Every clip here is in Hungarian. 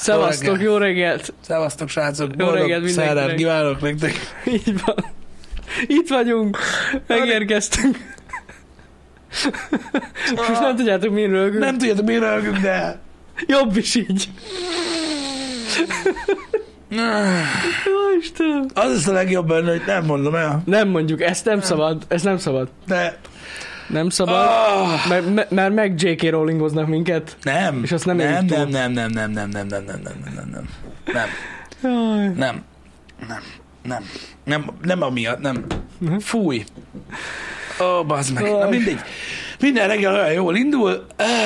Szevasztok, jó reggelt! Szevasztok, srácok! Jó reggelt Boldog szerdát mindenkinek! kívánok nektek! Így van. Itt vagyunk. Megérkeztünk. És most nem tudjátok, mi rögünk. Nem tudjátok, miért rögünk, de... Jobb is így. Jó Istenem. Az lesz a legjobb benne, hogy nem mondom el. Nem mondjuk, ezt nem szabad. Ez nem szabad. De... Nem szabad. Mert meg J.K. Rowlingoznak minket. Nem. És azt nem nem, éljük túl. Nem amiatt, nem. Fúj. Ó, bazd meg. Na mindegy. Minden reggel olyan jól indul.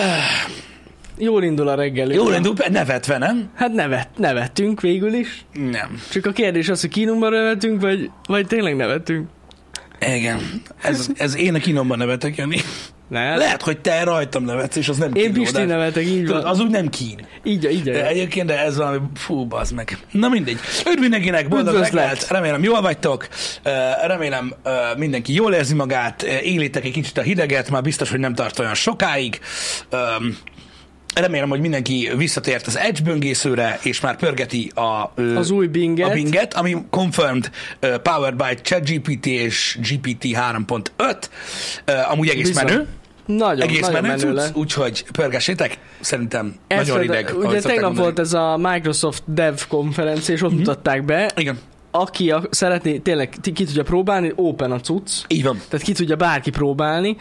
Jól indul a reggel. Jól indul, nevetve, nem? Hát nevettünk végül is. Nem. Csak a kérdés az, hogy kínomban nevetünk, vagy tényleg nevetünk. Igen. Ez én a kínomban nevetek, Jani. Ne? Lehet, hogy te rajtam nevetsz, és az nem Én kín. Pisti nevetek, így van. Az úgy nem kín. Így. De egyébként, de ez valami, fú, bazd meg. Na mindegy. Üdv mindenkinek, boldog Üdvözlet. reggelt, remélem jól vagytok, remélem mindenki jól érzi magát, élitek egy kicsit a hideget, már biztos, hogy nem tart olyan sokáig. Remélem, hogy mindenki visszatért az Edge böngészőre, és már pörgeti az új Binget. A Binget, ami confirmed powered by ChatGPT és GPT 3.5. Amúgy egész Bizony. menő. Nagyon menő cucc, le. úgyhogy pörgessétek. Szerintem nagyon ideg. Ugye tegnap volt ez a Microsoft Dev konferencia, és ott mutatták be. Igen. Aki szeretné, tényleg ki tudja próbálni, open a cucc. Így van. Tehát ki tudja bárki próbálni.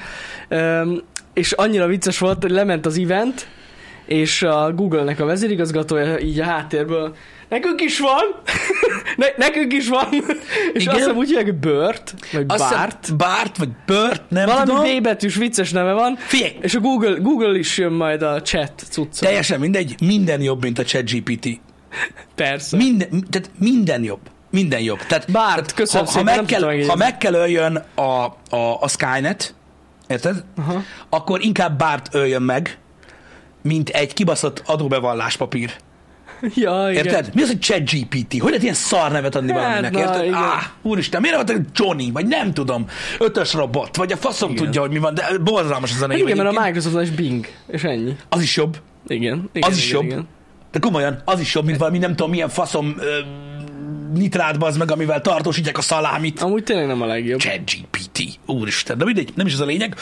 És annyira vicces volt, hogy lement az event, és a Google-nek a vezérigazgatója így a háttérből, nekünk is van! Nekünk is van! És Igen. azt hiszem úgy hívják, hogy Bert, vagy Bart. Bart, vagy Bert, nem Valami tudom. B betűs vicces neve van. Figyelj! És a Google is jön majd a chat cuccon. Teljesen mindegy, minden jobb, mint a ChatGPT. Persze. Tehát minden jobb. Minden jobb. Tehát, Bart, köszönöm ha szépen, meg nem kell, tudom ha meg kell öljön a Skynet, érted? Aha. Akkor inkább Bart öljön meg, mint egy kibaszott adóbevalláspapír. Ja, igen. Érted? Mi az, hogy ChatGPT? Hogy lehet ilyen szar nevet adni Hát, valaminek, na, érted? igen. Úristen, miért nevetek Johnny? Vagy nem tudom. 5-ös robot, vagy a faszom Igen. tudja, hogy mi van, de borzalmas az a Hát név. igen, mert a egyébként. Microsoftban is Bing, és ennyi. Az is jobb. Igen. Az is jobb. Igen. De komolyan, az is jobb, mint valami nem tudom milyen faszom nitrátba az meg, amivel tartósítják a szalámit. Amúgy tényleg nem a legjobb. ChatGPT. Úristen, de mindegy, nem is ez a lényeg.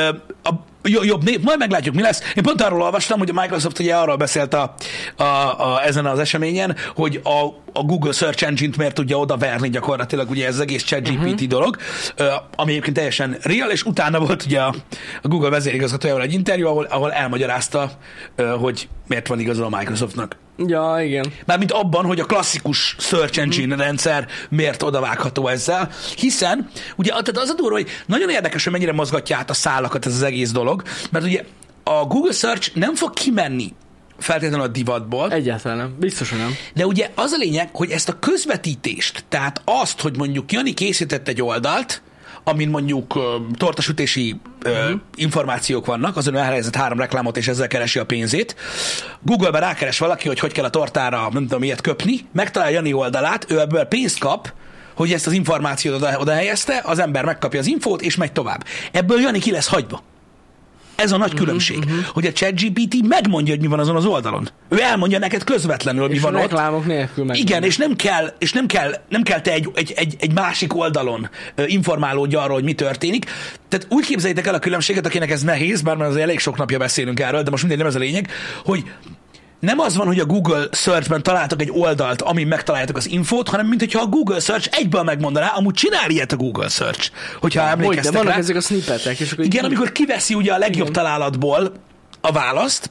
Jobb név, majd meglátjuk, mi lesz. Én pont arról olvastam, hogy a Microsoft ugye arról beszélt ezen az eseményen, hogy a Google Search Engine-t miért tudja oda verni gyakorlatilag ugye ez az egész ChatGPT dolog, ami egyébként teljesen real, és utána volt ugye a Google vezérigazgatójával egy interjú, ahol elmagyarázta, hogy miért van igaza a Microsoftnak. Ja, igen. Mármint abban, hogy a klasszikus Search Engine rendszer miért odavágható ezzel, hiszen ugye tehát az a durva, hogy nagyon érdekes, hogy mennyire mozgatja át a szálakat ez az egész dolog, mert ugye a Google Search nem fog kimenni feltétlenül a divatból, Egyáltalán nem. Biztos, hogy nem. de ugye az a lényeg, hogy ezt a közvetítést, tehát azt, hogy mondjuk Jani készített egy oldalt, amin mondjuk tortasütési információk vannak, azon elhelyezett 3 reklámot, és ezzel keresi a pénzét. Google-ben rákeres valaki, hogy kell a tortára, nem tudom ilyet köpni, megtalálja Jani oldalát, ő ebből pénzt kap, hogy ezt az információt oda helyezte, az ember megkapja az infót, és megy tovább. Ebből Jani ki lesz hagyva. Ez a nagy különbség, hogy a ChatGPT megmondja, hogy mi van azon az oldalon. Ő elmondja neked közvetlenül, mi És van a ott. reklámok nélkül meg. Igen, és nem kell te egy másik oldalon informálódj arról, hogy mi történik. Tehát úgy képzeljétek el a különbséget, akinek ez nehéz, bár már azért elég sok napja beszélünk erről, de most mindegy, nem ez a lényeg, hogy nem az van, hogy a Google Search-ben találtak egy oldalt, amin megtaláljátok az infót, hanem mint hogyha a Google Search egyből megmondaná, amúgy csinál ilyet a Google Search, hogyha emlékeztek de vannak rá. ezek a snippetek. És akkor Igen, amikor kiveszi ugye a legjobb találatból a választ,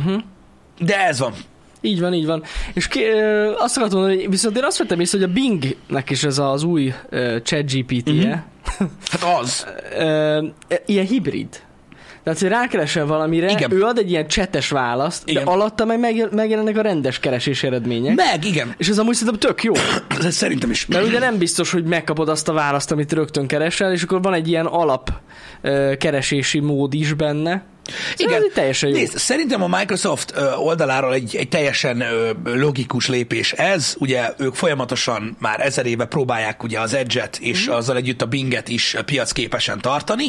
de ez van. Így van. És azt akartam mondani, hogy viszont én azt vettem észre, hogy a Bingnek is ez az új ChatGPT-je. Hát az. Ilyen hibrid. Tehát, hogy rákeresel valamire, Igen. ő ad egy ilyen csetes választ, Igen. de alatta meg megjelennek a rendes keresés eredmények. Igen. És ez amúgy szerintem tök jó. Ez szerintem is. Mert ugye nem biztos, hogy megkapod azt a választ, amit rögtön keresel, és akkor van egy ilyen alap keresési mód is benne. Szóval ez teljesen jó. Nézd, szerintem a Microsoft oldaláról egy teljesen logikus lépés ez. Ugye ők folyamatosan már 1000 éve próbálják ugye az Edge-et és azzal együtt a Binget is piacképesen tartani.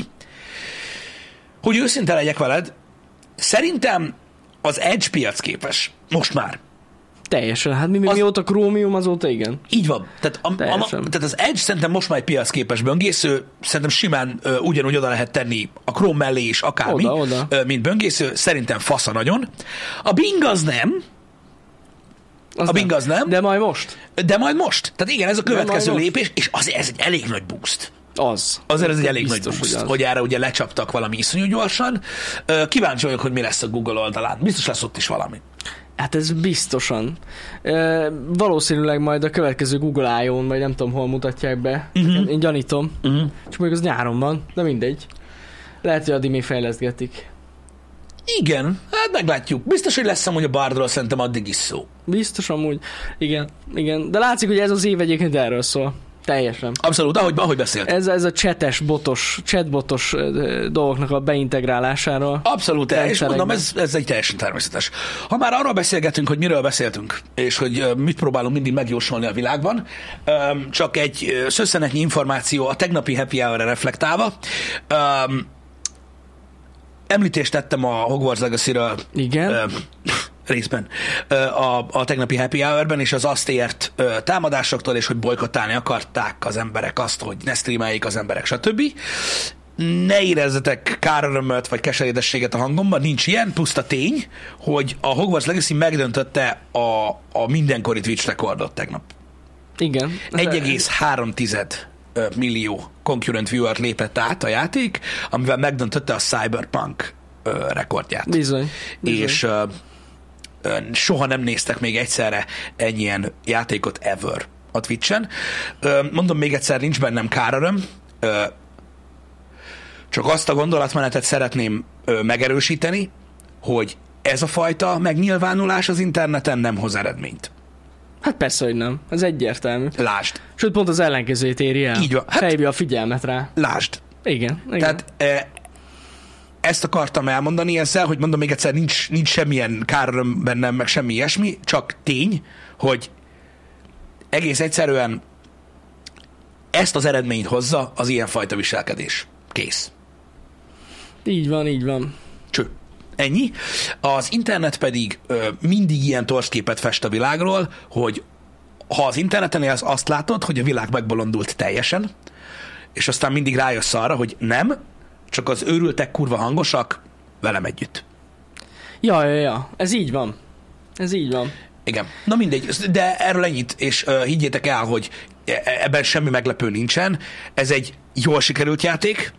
Hogy őszinte legyek veled, szerintem az Edge piacképes. Most már. Teljesen. Hát mióta Chromium, azóta igen. Így van. Tehát az Edge szerintem most már egy piacképes böngésző, szerintem simán ugyanúgy oda lehet tenni a Chrome mellé is, akármi, mint böngésző. Szerintem fasza nagyon. A Bing az nem. Bing az nem. De majd most. Tehát igen, ez a következő lépés, és azért ez egy elég nagy boost. Azért ez egy elég nagy boost, hogy erre ugye lecsaptak valami iszonyú gyorsan. Kíváncsi vagyok, hogy mi lesz a Google oldalán. Biztos lesz ott is valami. Hát ez biztosan. Valószínűleg majd a következő Google I.O.-n, vagy nem tudom, hol mutatják be. Én gyanítom. Csak mondjuk az nyáron van, de mindegy. Lehet, hogy addig még fejlesztgetik. Igen, hát meglátjuk. Biztos, hogy lesz amúgy a Bardról szerintem addig is szó. Biztos amúgy. Igen. De látszik, hogy ez az év egyébként erről szól. Teljesen. Abszolút, ahogy beszélt. Ez a chatbotos dolgoknak a beintegrálásáról. Abszolút, és mondom, ez egy teljesen természetes. Ha már arról beszélgetünk, hogy miről beszéltünk, és hogy mit próbálunk mindig megjósolni a világban, csak egy szösszenetnyi információ a tegnapi happy hour-re reflektálva. Említést tettem a Hogwarts Legacy-ről. Igen. Részben a tegnapi happy hour-ben, és az azt ért támadásoktól, és hogy bolykottálni akarták az emberek azt, hogy ne streameljék az emberek, stb. Ne érezzetek kárörömöt vagy keserédességet a hangomban, nincs ilyen, puszta tény, hogy a Hogwarts Legacy megdöntötte a mindenkori Twitch rekordot tegnap. Igen. 1,3 millió concurrent viewer lépett át a játék, amivel megdöntötte a Cyberpunk rekordját. Bizony. És soha nem néztek még egyszerre ennyien játékot ever a Twitch-en. Mondom még egyszer, nincs bennem káröröm, csak azt a gondolatmenetet szeretném megerősíteni, hogy ez a fajta megnyilvánulás az interneten nem hoz eredményt. Hát persze, hogy nem. Ez egyértelmű. Lásd. Sőt, pont az ellenkezőjét éri el. Így van. Hát, felhívja a figyelmet rá. Lásd. Igen. Tehát ezt akartam elmondani ezzel, hogy mondom még egyszer, nincs semmilyen káröröm bennem, meg semmi ilyesmi, csak tény, hogy egész egyszerűen ezt az eredményt hozza az ilyenfajta viselkedés. Kész. Így van. Cső. Ennyi. Az internet pedig mindig ilyen torszképet fest a világról, hogy ha az interneten élsz, azt látod, hogy a világ megbolondult teljesen, és aztán mindig rájössz arra, hogy nem, csak az őrültek kurva hangosak velem együtt. Ja. Ez így van. Igen. Na mindegy, de erről ennyit, és higgyétek el, hogy ebben semmi meglepő nincsen. Ez egy jól sikerült játék,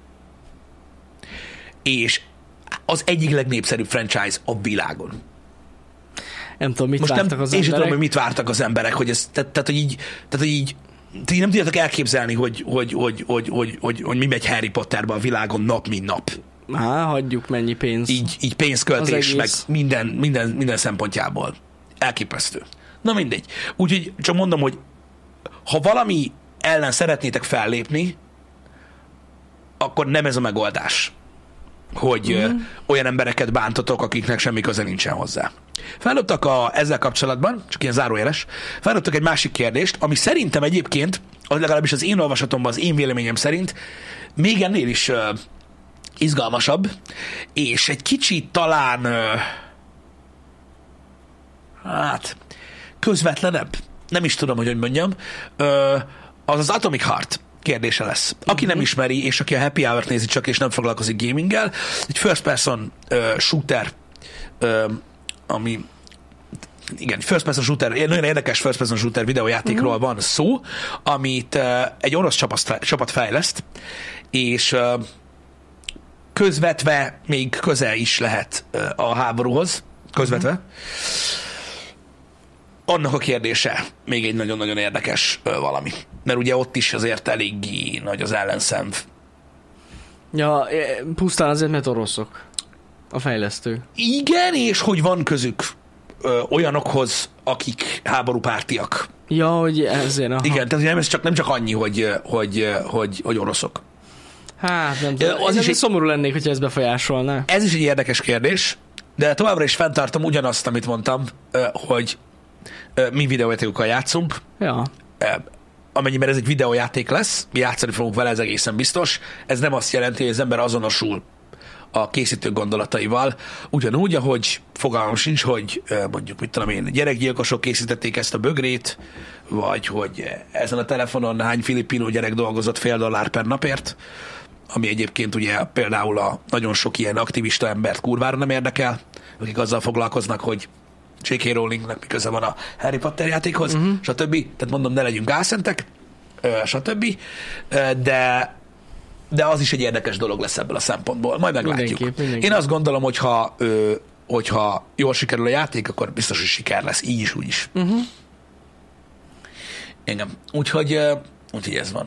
és az egyik legnépszerűbb franchise a világon. Nem tudom, mit vártak az emberek. Én sem tudom, hogy mit vártak az emberek, hogy ez, tehát hogy így ti nem tudjátok elképzelni, hogy mi megy Harry Potterbe a világon nap, mint nap. Hagyjuk, mennyi pénz. Így pénzköltés, meg minden szempontjából. Elképesztő. Na mindegy. Úgyhogy csak mondom, hogy ha valami ellen szeretnétek fellépni, akkor nem ez a megoldás, hogy olyan embereket bántatok, akiknek semmi köze nincsen hozzá. Feldobtak ezzel kapcsolatban, csak ilyen zárójeles, feldobtak egy másik kérdést, ami szerintem egyébként, legalábbis az én olvasatomban, az én véleményem szerint még ennél is izgalmasabb, és egy kicsit talán közvetlenebb, nem is tudom, hogy mondjam, az Atomic Heart kérdése lesz. Aki nem ismeri, és aki a Happy Hour-t nézi csak, és nem foglalkozik gaminggel, egy first person shooter, ami igen, first person shooter, egy nagyon érdekes first person shooter videójátékról van szó, amit egy orosz csapat fejleszt, és közvetve még közel is lehet a háborúhoz, közvetve. Annak a kérdése még egy nagyon-nagyon érdekes valami. Mert ugye ott is azért eléggé nagy az ellenszenv. Ja, pusztán azért, mert oroszok a fejlesztő. Igen, és hogy van közük olyanokhoz, akik háborúpártiak. Ja, hogy ezért. Aha. Igen, tehát ez nem csak annyi, hogy oroszok. Hát nem tudom. Az is szomorú lennék, hogyha ez befolyásolná. Ez is egy érdekes kérdés, de továbbra is fenntartom ugyanazt, amit mondtam, hogy mi videójátékokkal játszunk. Ja. Amennyiben ez egy videójáték lesz, mi játszani fogunk vele, ez egészen biztos. Ez nem azt jelenti, hogy az ember azonosul a készítő gondolataival, ugyanúgy, ahogy fogalmam sincs, hogy mondjuk, mit tudom én, gyerekgyilkosok készítették ezt a bögrét, vagy hogy ezen a telefonon hány filipino gyerek dolgozott $0,5 per napért, ami egyébként ugye például a nagyon sok ilyen aktivista embert kurvára nem érdekel, akik azzal foglalkoznak, hogy J.K. Rowlingnak mi köze van a Harry Potter játékhoz, stb. Tehát mondom, ne legyünk álszentek, stb. De az is egy érdekes dolog lesz ebből a szempontból. Majd meglátjuk. Mindenképp. Én azt gondolom, hogyha jól sikerül a játék, akkor biztos, hogy siker lesz. Így is, úgy is. Igen. Úgyhogy ez van.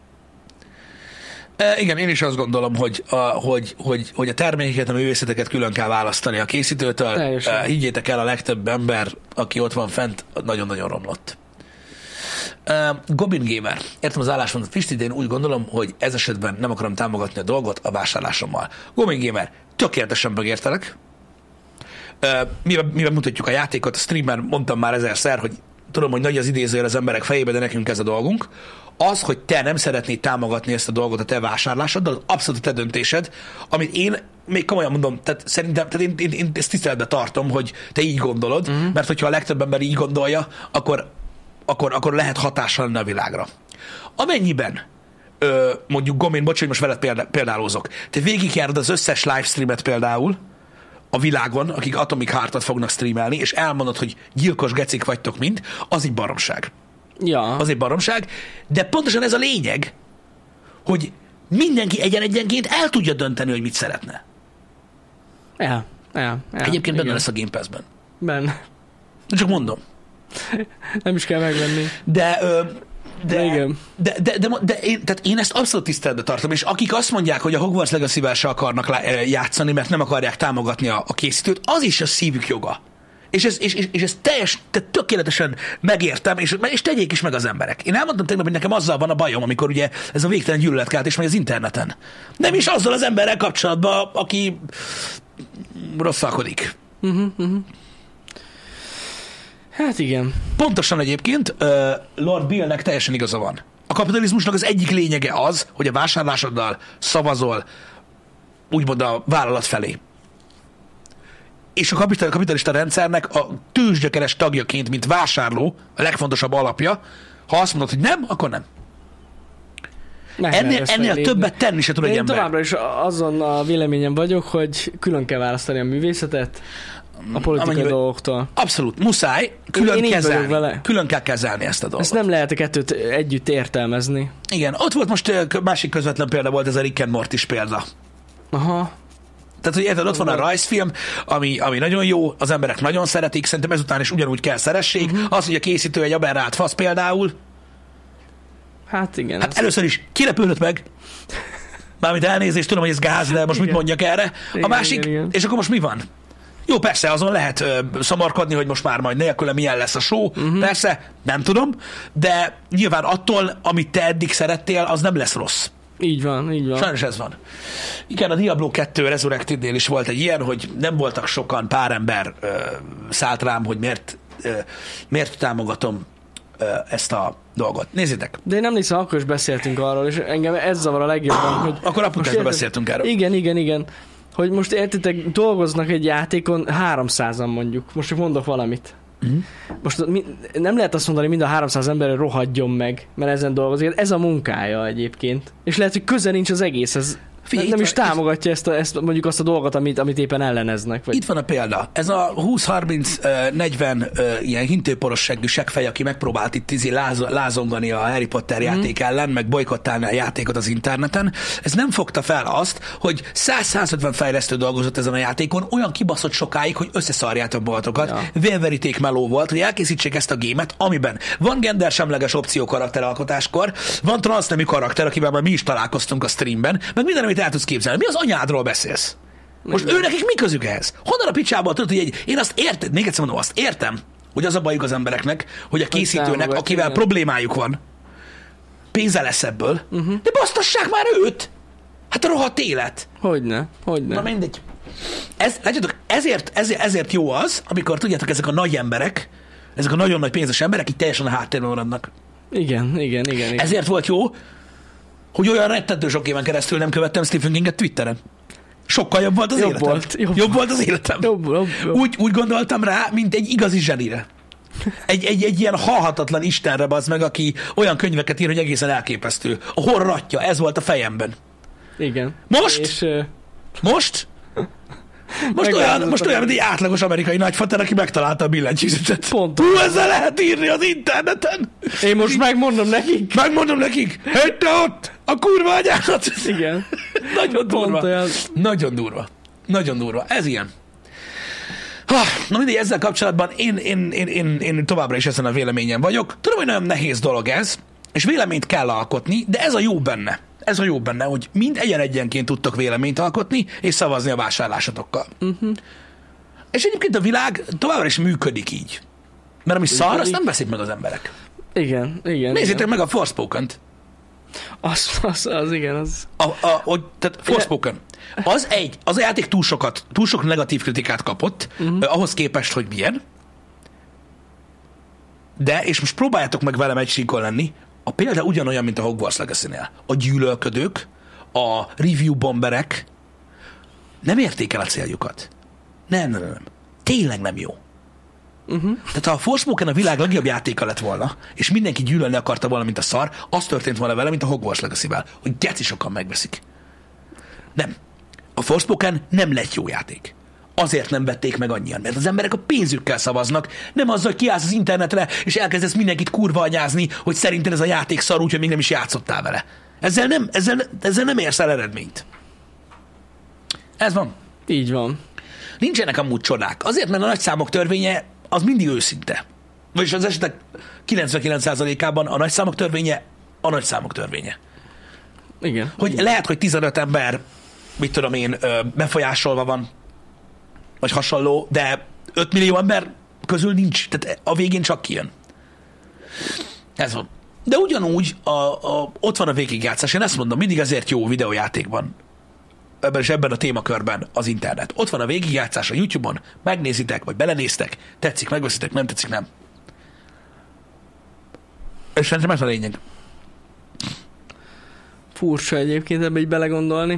Igen, én is azt gondolom, hogy a termékeket, a művészeteket külön kell választani a készítőtől. Higgyétek el, a legtöbb ember, aki ott van fent, nagyon-nagyon romlott. Goblin Gamer. Értem az álláspontot, Pisti, de én úgy gondolom, hogy ez esetben nem akarom támogatni a dolgot a vásárlásommal. Goblin Gamer, tökéletesen megértelek. Mivel mutatjuk a játékot, a streamen mondtam már ezerszer, hogy tudom, hogy nagy az idézőjel az emberek fejébe, de nekünk ez a dolgunk. Az, hogy te nem szeretnéd támogatni ezt a dolgot a te vásárlásoddal, az abszolút a te döntésed, amit én még komolyan mondom, tehát szerintem én ezt tiszteletbe tartom, hogy te így gondolod, mert hogyha a legtöbb ember így gondolja, akkor lehet hatással lenni a világra. Amennyiben mondjuk Gomin, bocs, hogy most veled példálózok, te végigjárod az összes livestreamet például a világon, akik Atomic Heart-ot fognak streamelni, és elmondod, hogy gyilkos gecik vagytok mind, az egy baromság. Ja. Az egy baromság, de pontosan ez a lényeg, hogy mindenki egyenként el tudja dönteni, hogy mit szeretne. Egyébként benne lesz a Game Pass-ben. Benne. Csak mondom. Nem is kell megvenni. Tehát én ezt abszolút tiszteletbe tartom, és akik azt mondják, hogy a Hogwarts Legacy-vel se akarnak játszani, mert nem akarják támogatni a készítőt, az is a szívük joga. És ez tökéletesen megértem, és tegyék is meg az emberek. Én elmondtam tegnap, hogy nekem azzal van a bajom, amikor ugye ez a végtelen gyűlöletkeltés megy az interneten. Nem is azzal az emberrel kapcsolatban, aki rosszalkodik. Hát igen. Pontosan egyébként Lord Billnek teljesen igaza van. A kapitalizmusnak az egyik lényege az, hogy a vásárlásoddal szavazol úgymond a vállalat felé. És a kapitalista rendszernek a tőzsgyökeres tagjaként, mint vásárló, a legfontosabb alapja, ha azt mondod, hogy nem, akkor nem. Ennél többet tenni se tud egy ember. Én továbbra is azon a véleményem vagyok, hogy külön kell választani a művészetet a politikai dolgoktól. Abszolút, muszáj külön kell kezelni ezt a dolgot. Ezt nem lehet a kettőt együtt értelmezni. Igen, ott volt most másik közvetlen példa volt, ez a Rick and Morty példa. Aha. Tehát, hogy érted, ott van a rajzfilm, ami nagyon jó, az emberek nagyon szeretik, szerintem ezután is ugyanúgy kell szeressék. Az, hogy a készítő egy aberrált fasz például. Hát igen. Hát először is kirepülött meg. Mármint elnézést, tudom, hogy ez gáz, de most mit mondjak erre. A másik, és akkor most mi van? Jó, persze, azon lehet szamarkodni, hogy most már majd nélküle milyen lesz a show. Persze, nem tudom, de nyilván attól, amit te eddig szerettél, az nem lesz rossz. Így van. Sajnos ez van. Igen, a Diablo 2 Resurrected-nél is volt egy ilyen, hogy nem voltak sokan, pár ember szállt rám, hogy miért támogatom ezt a dolgot. Nézzétek. De én emlékszem, akkor is beszéltünk arról, és engem ez zavar a legjobban, hogy... Akkor apukásban beszéltünk erről. Igen. Hogy most értitek, dolgoznak egy játékon 300-an mondjuk. Most csak mondok valamit. Most nem lehet azt mondani, mind a 300 emberre rohadjon meg, mert ezen dolgozik. Ez a munkája egyébként. És lehet, hogy köze nincs az egészhez. Figyelj, nem is támogatja ezt mondjuk azt a dolgot, amit éppen elleneznek. Vagy... Itt van a példa. Ez a 20-30-40 ilyen hintőporos seggű seggfej, aki megpróbált itt lázongani a Harry Potter játék ellen, meg bolykottálni a játékot az interneten. Ez nem fogta fel azt, hogy 100-150 fejlesztő dolgozott ezen a játékon, olyan kibaszott sokáig, hogy összeszarják a boltokat. Ja. Vélveríték meló volt, hogy elkészítsék ezt a gémet, amiben van gendersemleges opció karakteralkotáskor, van transznemű karakter, akivel már mi is találkoztunk a streamben, meg minden, amit el tudsz képzelni. Mi az anyádról beszélsz? Most ő nekik mi közük ehhez? Honnan a picsából tudod, hogy én azt értem, még egyszer mondom, azt értem, hogy az a bajuk az embereknek, hogy a készítőnek, akivel problémájuk van, pénze lesz ebből, de basztassák már őt! Hát a rohadt élet! Hogyne. Na mindegy. Látjátok, ezért jó az, amikor tudjátok, ezek a nagy emberek, ezek a nagyon nagy pénzes emberek itt teljesen a háttérben maradnak. Igen. Ezért volt jó, hogy olyan rettentő sok éven keresztül nem követtem Stephen Kinget Twitteren. Sokkal jobb volt az Jobb életem. volt, Jobb volt az életem. Jobb. Úgy gondoltam rá, mint egy igazi zsenire. Egy ilyen halhatatlan istenre, bazd meg, aki olyan könyveket ír, hogy egészen elképesztő. A horror atya, ez volt a fejemben. Igen. Most? És, Most olyan, mint egy átlagos amerikai nagyfater, aki megtalálta a billentyűzetet. Pontosan. Ezzel lehet írni az interneten. én most megmondom nekik. Megmondom nekik, hogy te ott, a kurva anyádat. Igen. Nagyon durva. Pont olyan. Nagyon durva. Nagyon durva. Ez ilyen. Na mindegy, ezzel kapcsolatban én továbbra is ezen a véleményen vagyok. Tudom, hogy nagyon nehéz dolog ez, és véleményt kell alkotni, de ez a jó benne. Ez a jó benne, hogy mind egyenként tudtok véleményt alkotni, és szavazni a vásárlásatokkal. És egyébként a világ továbbra is működik így. Mert ami szar, azt nem veszik meg az emberek. Igen. Nézzétek meg a Forspoken-t. Az igen, az. Tehát Forspoken. Az a játék túl sok negatív kritikát kapott, ahhoz képest, hogy milyen. De, és most próbáljátok meg velem egy síkon lenni, a példa ugyanolyan, mint a Hogwarts Legacy-nél. A gyűlölködők, a review bomberek nem érték el a céljukat. Nem. Tényleg nem jó. Tehát ha a Forspoken a világ legjobb játéka lett volna, és mindenki gyűlölni akarta volna, mint a szar, az történt volna vele, mint a Hogwarts Legacy-vel, hogy geci sokan megveszik. Nem. A Forspoken nem lett jó játék. Azért nem vették meg annyian, mert az emberek a pénzükkel szavaznak, nem azzal, hogy kiállsz az internetre, és elkezdesz mindenkit kurva anyázni, hogy szerinted ez a játék szar, úgyhogy még nem is játszottál vele. Ezzel nem érsz el eredményt. Ez van. Így van. Nincsenek amúgy csodák. Azért, mert a nagyszámok törvénye az mindig őszinte. Vagyis az esetek 99%-ában a nagyszámok törvénye a nagyszámok törvénye. Igen. Hogy lehet, hogy 15 ember, mit tudom én, befolyásolva van, vagy hasonló, de 5 millió ember közül nincs. Tehát a végén csak kijön. Ez van. De ugyanúgy ott van a végigjátszás. Én ezt mondom, mindig azért jó videójátékban, ebben a témakörben az internet. Ott van a végigjátszás a YouTube-on, megnézitek, vagy belenéztek, tetszik, megveszitek, nem tetszik, nem. És szerintem ez a lényeg. Furcsa egyébként ebbe így belegondolni.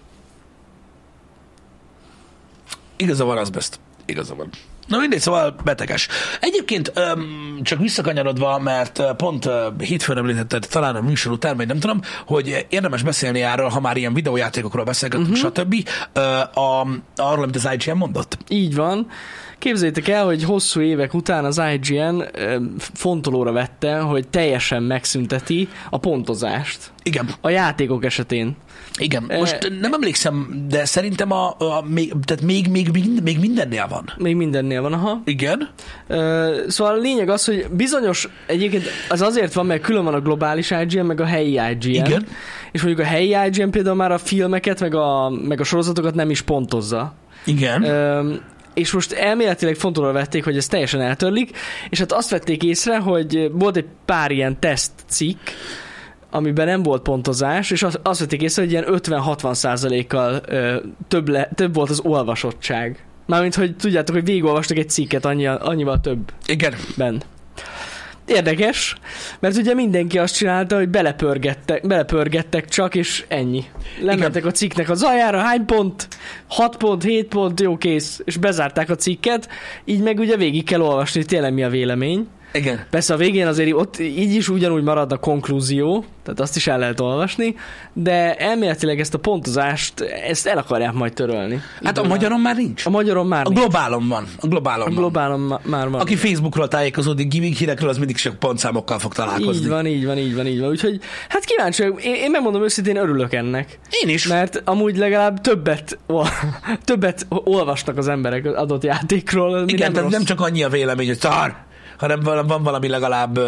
Igaza van, az best. Igaza van. Na mindegy, szóval beteges. Egyébként csak visszakanyarodva, mert pont hétfőn említetted talán a műsor után, vagy nem tudom, hogy érdemes beszélni erről, ha már ilyen videójátékokról beszélgetünk, stb. Arról, amit az IGN mondott. Így van. Képzeljétek el, hogy hosszú évek után az IGN fontolóra vette, hogy teljesen megszünteti a pontozást. Igen. A játékok esetén. Igen. Most nem emlékszem, de szerintem tehát még mindennél van. Még mindennél van, aha. Igen. Szóval a lényeg az, hogy bizonyos, egyébként az azért van, mert külön van a globális IGN, meg a helyi IGN. Igen. És mondjuk a helyi IGN például már a filmeket, meg a sorozatokat nem is pontozza. Igen. És most elméletileg fontolóra vették, hogy ezt teljesen eltörlik, és hát azt vették észre, hogy volt egy pár ilyen tesztcikk, amiben nem volt pontozás, és azt vették észre, hogy ilyen 50-60%-kal több volt az olvasottság. Mármint, hogy tudjátok, hogy végigolvastak egy cikket annyival több. Igen. Érdekes, mert ugye mindenki azt csinálta, hogy belepörgettek csak, és ennyi. Lementek a cikknek az aljára, hány pont? 6 pont, 7 pont, jó, kész. És bezárták a cikket, így meg ugye végig kell olvasni, hogy tényleg mi a vélemény. Igen. Persze a végén azért ott így is ugyanúgy marad a konklúzió, tehát azt is el lehet olvasni, de elméletileg ezt a pontozást, ezt el akarják majd törölni. Hát a magyaron már nincs. A magyaron már nincs. A globálon van. A globálon már van. Aki Facebookról tájékozódik gimmick hírekről, az mindig csak pontszámokkal fog találkozni. Így van. Úgyhogy hát kíváncsi vagyok. Én megmondom őszintén, örülök ennek. Én is. Mert amúgy legalább többet olvasnak az emberek az adott játékról. Igen, tehát nem csak annyi a vélemény, hogy szar, hanem van valami legalább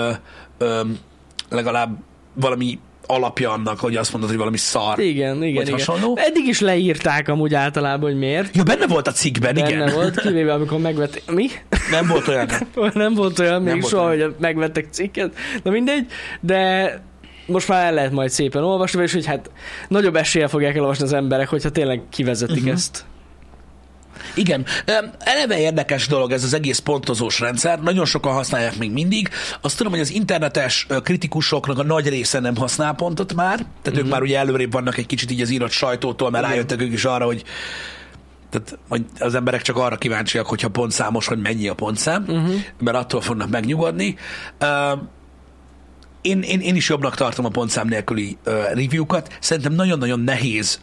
valami alapja annak, hogy azt mondod, hogy valami szar. Igen. Hasonló. Eddig is leírták amúgy általában, hogy miért. Ja, benne volt a cikkben, igen. Benne volt, kivéve amikor megvették. Mi? Nem volt olyan. Nem volt olyan, még soha, hogy megvettek cikket. Na mindegy, de most már el lehet majd szépen olvasni, és hogy hát nagyobb eséllyel fogják elolvasni az emberek, hogyha tényleg kivezetik ezt. Igen. Eleve érdekes dolog ez az egész pontozós rendszer. Nagyon sokan használják még mindig. Azt tudom, hogy az internetes kritikusoknak a nagy része nem használ pontot már. Tehát ők már ugye előrébb vannak egy kicsit így az írott sajtótól, mert rájöttek ők is arra, hogy tehát az emberek csak arra kíváncsiak, hogyha pontszámos, hogy mennyi a pontszám, mert attól fognak megnyugodni. Én is jobbnak tartom a pontszám nélküli review-kat. Szerintem nagyon-nagyon nehéz,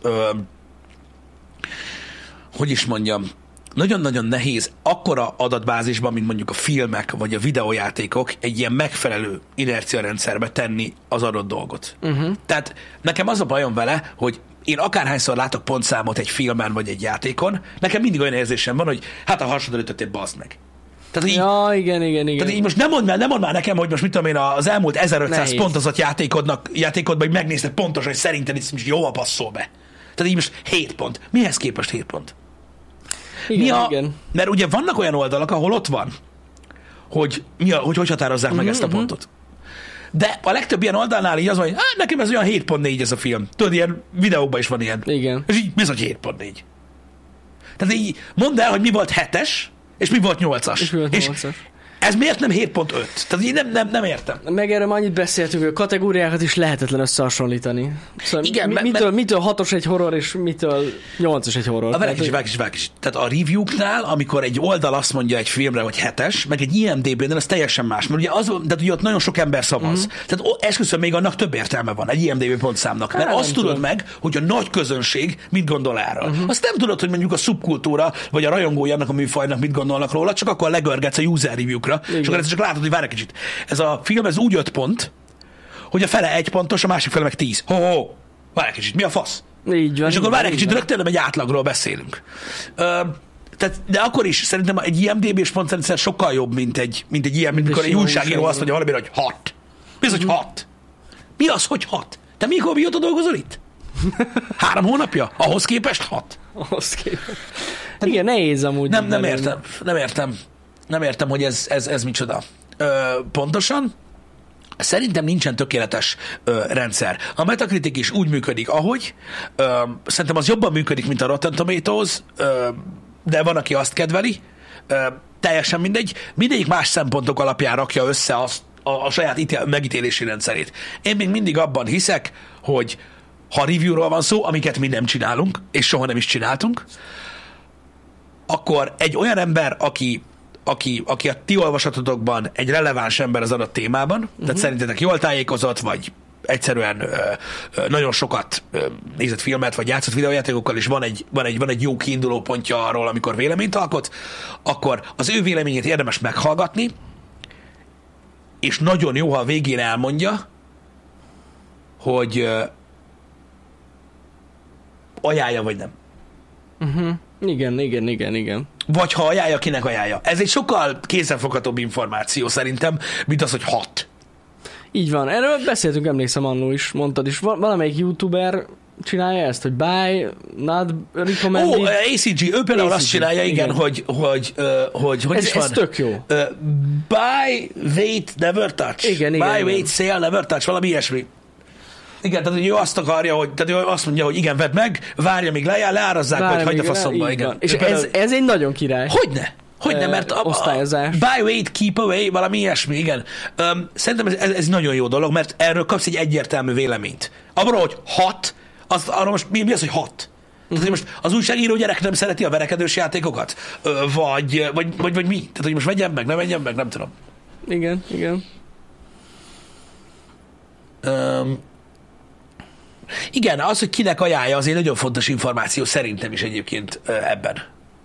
hogy is mondjam, nagyon-nagyon nehéz akkora adatbázisban, mint mondjuk a filmek vagy a videójátékok, egy ilyen megfelelő inerciarendszerbe tenni az adott dolgot. Tehát nekem az a bajom vele, hogy én akárhányszor látok pontszámot egy filmen vagy egy játékon, nekem mindig olyan érzésem van, hogy hát a hasadra ütöttél, bazd meg. Tehát így, ja, igen. Tehát így most nem mondd már nekem, hogy most mit tudom én, az elmúlt 1500 Nehéz. pontozott játékodban, hogy megnézted pontosan, hogy szerinted itt most jól passzol be. Tehát így most 7 pont. Mihez képest 7 pont? Igen. Mert ugye vannak olyan oldalak, ahol ott van, hogy hogy határozzák meg ezt a pontot. De a legtöbb ilyen oldalnál így az van, hogy nekem ez olyan 7.4 ez a film. Tudod, ilyen videókban is van ilyen. Igen. És így, mi az, hogy 7.4? Tehát így mondd el, hogy mi volt 7-es, és mi volt 8-as. És mi volt 8-as. Ez miért nem 7.5? Tehát így nem értem. Meg erről annyit beszéltünk, hogy a kategóriákat is lehetetlen összehasonlítani. Szóval Igen, mitől 6-os egy horror, és mitől 8-os egy horror? Várj kicsit. Tehát a review-knál, amikor egy oldal azt mondja egy filmre, hogy 7-es, meg egy IMDb-nél az teljesen más. Mert ugye tehát ugye ott nagyon sok ember szavaz. Tehát esküszöm, még annak több értelme van egy IMDb pontszámnak. Mert azt tudod meg, hogy a nagy közönség mit gondol erről. Azt nem tudod, hogy mondjuk a szubkultúra, vagy a rajongói annak a műfajnak mit gondolnak róla, csak akkor legörgetsz a user review-kra. És akkor csak látod, hogy várj egy kicsit. Ez a film, ez úgy 5 pont, hogy a fele 1 pontos, a másik fele meg 10. Várj egy kicsit, mi a fasz? Így van. És akkor várj egy kicsit, rögtön nem egy átlagról beszélünk. De akkor is szerintem egy IMDb-s pontrendszer sokkal jobb, mint egy ilyen, mint amikor egy újságíró azt mondja valamire, hogy 6. Mi az, hogy 6? Mi az, hogy 6? Te mióta dolgozol itt? 3 hónapja? Ahhoz képest 6? Ahhoz képest. Igen, nehéz amúgy. Nem értem, hogy ez micsoda. Pontosan. Szerintem nincsen tökéletes rendszer. A Metacritic is úgy működik, ahogy. Szerintem az jobban működik, mint a Rotten Tomatoes, de van, aki azt kedveli. Teljesen mindegy. Mindegyik más szempontok alapján rakja össze a saját megítélési rendszerét. Én még mindig abban hiszek, hogy ha reviewról van szó, amiket mi nem csinálunk, és soha nem is csináltunk, akkor egy olyan ember, aki a ti olvasatotokban egy releváns ember az adott témában, tehát szerintetek jól tájékozott, vagy egyszerűen nagyon sokat nézett filmet, vagy játszott videójátékokkal, és van egy jó kiinduló pontja arról, amikor véleményt alkot, akkor az ő véleményét érdemes meghallgatni, és nagyon jó, ha a végén elmondja, hogy ajánlja, vagy nem. Igen. Vagy ha ajánlja, kinek ajánlja. Ez egy sokkal kézzelfoghatóbb információ szerintem, mint az, hogy 6. Így van. Erről beszéltünk, emlékszem, annól is, mondtad is. Valamelyik youtuber csinálja ezt, hogy buy, not recommended. ACG, ő például azt csinálja, igen. hogy is van? Ez tök jó. Buy, wait, never touch. Igen. Wait, sale, never touch, valami ilyesmi. Igen, tehát hogy ő azt akarja, tehát ő azt mondja, hogy igen, vedd meg, várja, míg leárazzák, vagy hagyd a faszomba, igen. És ez egy nagyon király. Hogyne, mert osztályozás. Buy, wait, keep away, valami ilyesmi, igen. Szerintem ez nagyon jó dolog, mert erről kapsz egy egyértelmű véleményt. Arról, hogy 6, arról most mi az, hogy 6? Tehát, most az újságíró gyerek nem szereti a verekedős játékokat? Vagy mi? Tehát, hogy most vegyem meg, nem tudom. Igen. Igen, az, hogy kinek ajánlja, az egy nagyon fontos információ szerintem is egyébként ebben.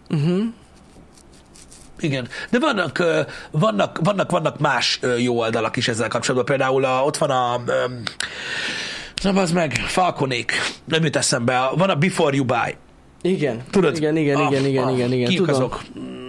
Igen, de vannak más jó oldalak is ezzel kapcsolatban. Például ott van az meg, Falconék, nem jut eszembe, van a Before You Buy. Igen. Tudod? Igen. Kik azok?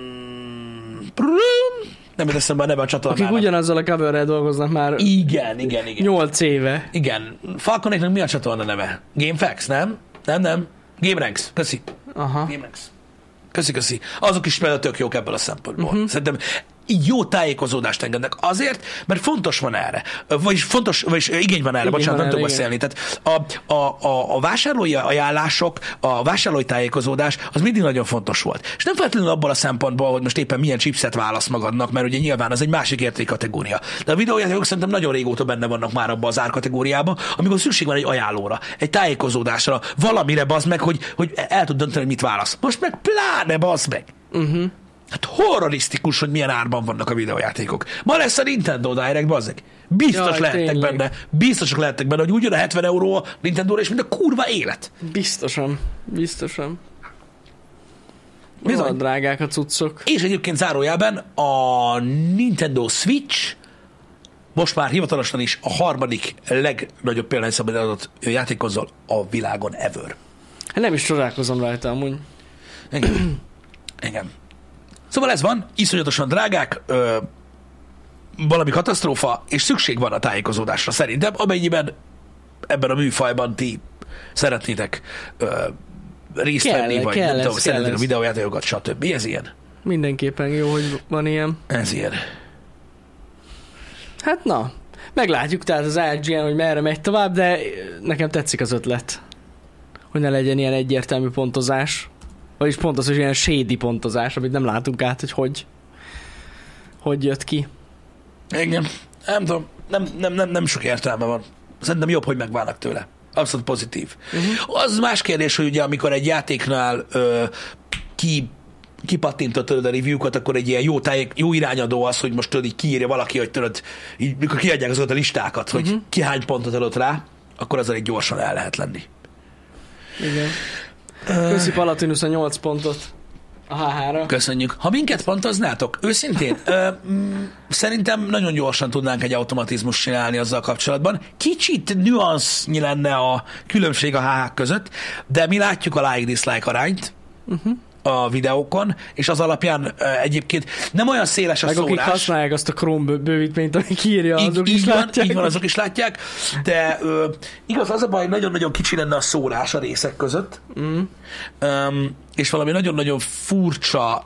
Nem jut eszembe a neve a csatornának. Akik ugyanazzal a coverrel dolgoznak már igen. 8 éve. Igen. Falconéknak mi a csatorna neve? GameFAQs, nem? Nem. GameRanks. Köszi. Aha. GameRanks. Köszi. Azok is például tök jók ebből a szempontból. Szerintem így jó tájékozódást engednek. Azért, mert fontos van erre. Vagyis igény van erre, bocsánat, nem tudok beszélni. Tehát a vásárlói ajánlások, a vásárlói tájékozódás az mindig nagyon fontos volt. És nem feltétlenül abból a szempontból, hogy most éppen milyen chipset válasz magadnak, mert ugye nyilván az egy másik értékkategória. De a videójátékok szerintem nagyon régóta benne vannak már abban az árkategóriában, amikor szükség van egy ajánlóra, egy tájékozódásra, valamire bazd meg, hogy el tud dönteni, hogy mit válasz. Most meg pláne bazd meg. Hát horrorisztikus, hogy milyen árban vannak a videójátékok. Ma lesz a Nintendo Direct, bazzeg. Biztosak lehettek benne, hogy úgy jön a 70 euró a Nintendo-ra, és mint a kurva élet. Biztosan. Bizony. Olyan drágák a cuccok. És egyébként zárójában a Nintendo Switch most már hivatalosan is a harmadik legnagyobb példányszabadított játékkonzol a világon ever. Hát nem is csodálkozom rajta amúgy. Igen. Szóval ez van, iszonyatosan drágák, valami katasztrófa, és szükség van a tájékozódásra szerintem, amennyiben ebben a műfajban ti szeretnétek részt venni, vagy nem tudom, szeretnétek a videójátékokat, stb. Ez ilyen. Mindenképpen jó, hogy van ilyen. Ez ilyen. Hát na, meglátjuk tehát az IGN, hogy merre megy tovább, de nekem tetszik az ötlet, hogy ne legyen ilyen egyértelmű pontozás. Vagyis pont az, hogy ilyen shady pontozás, amit nem látunk át, hogy jött ki. Igen. Nem tudom, nem sok értelme van. Szerintem jobb, hogy megválnak tőle. Abszolút pozitív. Az más kérdés, hogy ugye amikor egy játéknál kipattintott a review-kat, akkor egy ilyen jó irányadó az, hogy most tudod, így kiírja valaki, hogy tudod, így, mikor kiadják azokat a listákat, hogy ki hány pontot adott rá, akkor azzal egy gyorsan el lehet lenni. Igen. Köszi Palatinus a 8 pontot a HH-ra. Köszönjük. Ha minket pontoznátok, őszintén, szerintem nagyon gyorsan tudnánk egy automatizmus csinálni azzal kapcsolatban. Kicsit nüansznyi lenne a különbség a HH között, de mi látjuk a like-dislike arányt a videókon, és az alapján egyébként nem olyan széles a meg szórás. Meg akik használják azt a Chrome bővítményt, ami kiírja, azok is látják. Így van, azok is látják, de igaz, az a baj, nagyon-nagyon kicsi lenne a szórás a részek között, és valami nagyon-nagyon furcsa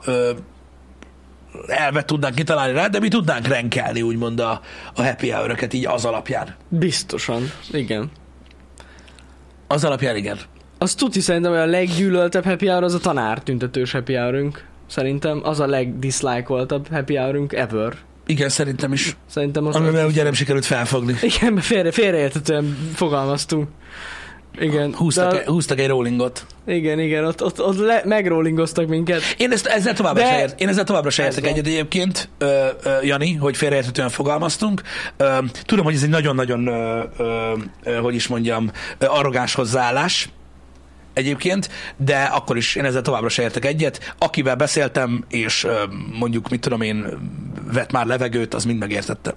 elvet tudnánk kitalálni rá, de mi tudnánk renkelni, úgymond a happy hour-öket így az alapján. Biztosan, igen. Az alapján igen. Az tuti szerintem, hogy a leggyűlöltebb happy hour az a tanár tüntetős happy hour-ünk. Szerintem az a legdislike-oltabb happy hour-ünk ever. Igen, szerintem is. Szerintem az amivel ugye nem sikerült felfogni. Igen, mert félreértetően fogalmaztunk. Igen. Húztak egy rollingot. Igen, ott megrollingoztak minket. Én ezzel továbbra se értek egyet egyébként, Jani, hogy félreértetően fogalmaztunk. Tudom, hogy ez egy nagyon-nagyon, hogy is mondjam, arrogáns hozzáállás egyébként, de akkor is én ezzel továbbra se értek egyet. Akivel beszéltem, és mondjuk, mit tudom én, vett már levegőt, az mind megértette.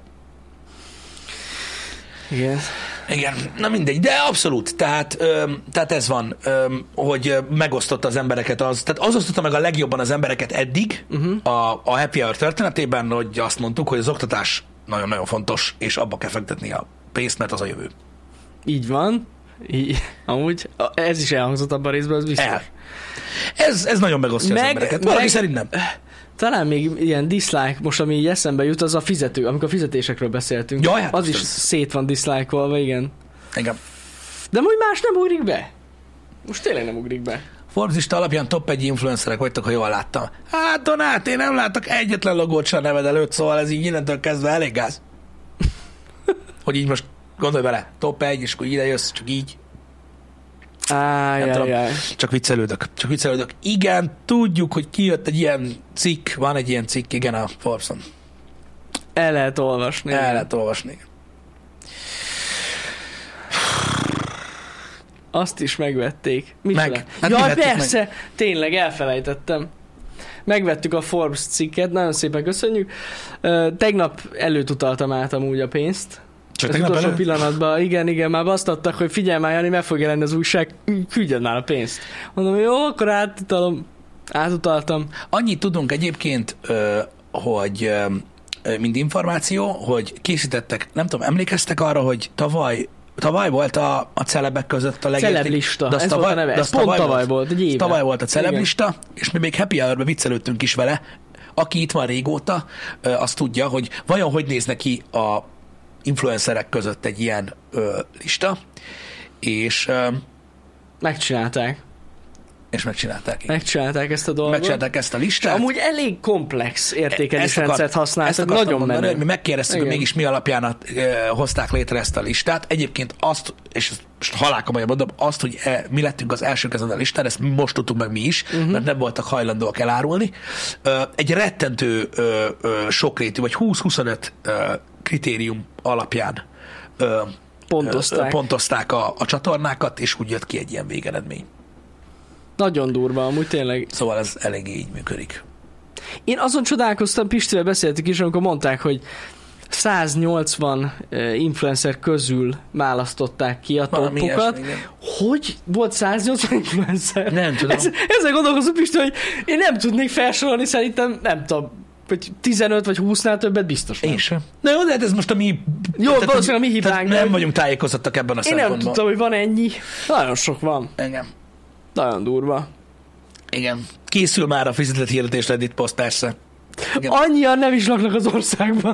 Igen, na mindegy, de abszolút, tehát ez van, hogy megosztotta az embereket tehát az osztotta meg a legjobban az embereket eddig a Happy Hour történetében, hogy azt mondtuk, hogy az oktatás nagyon-nagyon fontos, és abba kell fektetni a pénzt, mert az a jövő. Így van. Amúgy ez is elhangzott abban a részben, az biztos. Ez nagyon megosztja az embereket. Valaki szerint nem. Talán még ilyen dislike, most ami így eszembe jut, az a fizető, amikor a fizetésekről beszéltünk. Jaj, hát az is szét van dislike-olva, igen. Igen. De úgy más nem ugrik be. Most tényleg nem ugrik be. Forbes-lista alapján top 1 influencerek vagytok, ha jól láttam. Hát Donát, én nem látok egyetlen logót sem neved előtt, szóval ez így innentől kezdve elég gáz. Hogy így most gondolj bele, top 1, és akkor ide jössz, csak így. Csak viccelődök. Igen, tudjuk, hogy kijött egy ilyen cikk, van egy ilyen cikk, igen, a Forbes-on. El lehet olvasni. Azt is megvették. Hát persze, meg. Tényleg elfelejtettem. Megvettük a Forbes cikket, nagyon szépen köszönjük. Tegnap előtutaltam át amúgy a pénzt. Csak az utolsó pillanatban, igen, már basztattak, hogy figyelj már, Jani, meg fogja lenni az újság, küldjed már a pénzt. Mondom, jó, akkor átutaltam. Annyit tudunk egyébként, hogy mind információ, hogy készítettek, nem tudom, emlékeztek arra, hogy tavaly volt a celebek között a celeblista, ez volt a neve, ez pont tavaly volt, egy éve. Tavaly volt a celeblista, és mi még happy hour-ben viccelődtünk is vele, aki itt van régóta, azt tudja, hogy vajon hogy néz neki a influencerek között egy ilyen lista, és Megcsinálták. megcsinálták. Megcsinálták ezt a dolgot. Megcsinálták ezt a listát. Amúgy elég komplex értékelés rendszert használtak, nagyon menő. Hogy mi megkérdeztük, hogy mégis mi alapján hozták létre ezt a listát. Egyébként azt, és most halálkomolyan mondom, azt, hogy mi lettünk az elsők ezen a listán, ezt most tudtuk meg mi is, mert nem voltak hajlandóak elárulni. Egy rettentő sokrétű, vagy 20-25 kritérium alapján pontozták a csatornákat, és úgy jött ki egy ilyen végeredmény. Nagyon durva, amúgy tényleg. Szóval ez eléggé így működik. Én azon csodálkoztam, Pistivel beszéltük is, amikor mondták, hogy 180 influencer közül választották ki a toppokat. Hogy volt 180 influencer? Nem tudom. Ezzel gondolkozom, Pisti, hogy én nem tudnék felsorolni, szerintem nem tudom, hogy 15 vagy 20-nál többet biztos nem. Én sem. Na jó, de hát ez most a mi... Jó, valószínűleg a mi hibánk. Nem vagyunk tájékozottak ebben a szempontból. Én nem tudtam, hogy van ennyi. Nagyon sok van. Engem. Nagyon durva. Igen. Készül már a fizetett hirdetés Reddit poszt, persze. Igen. Annyian nem is laknak az országban.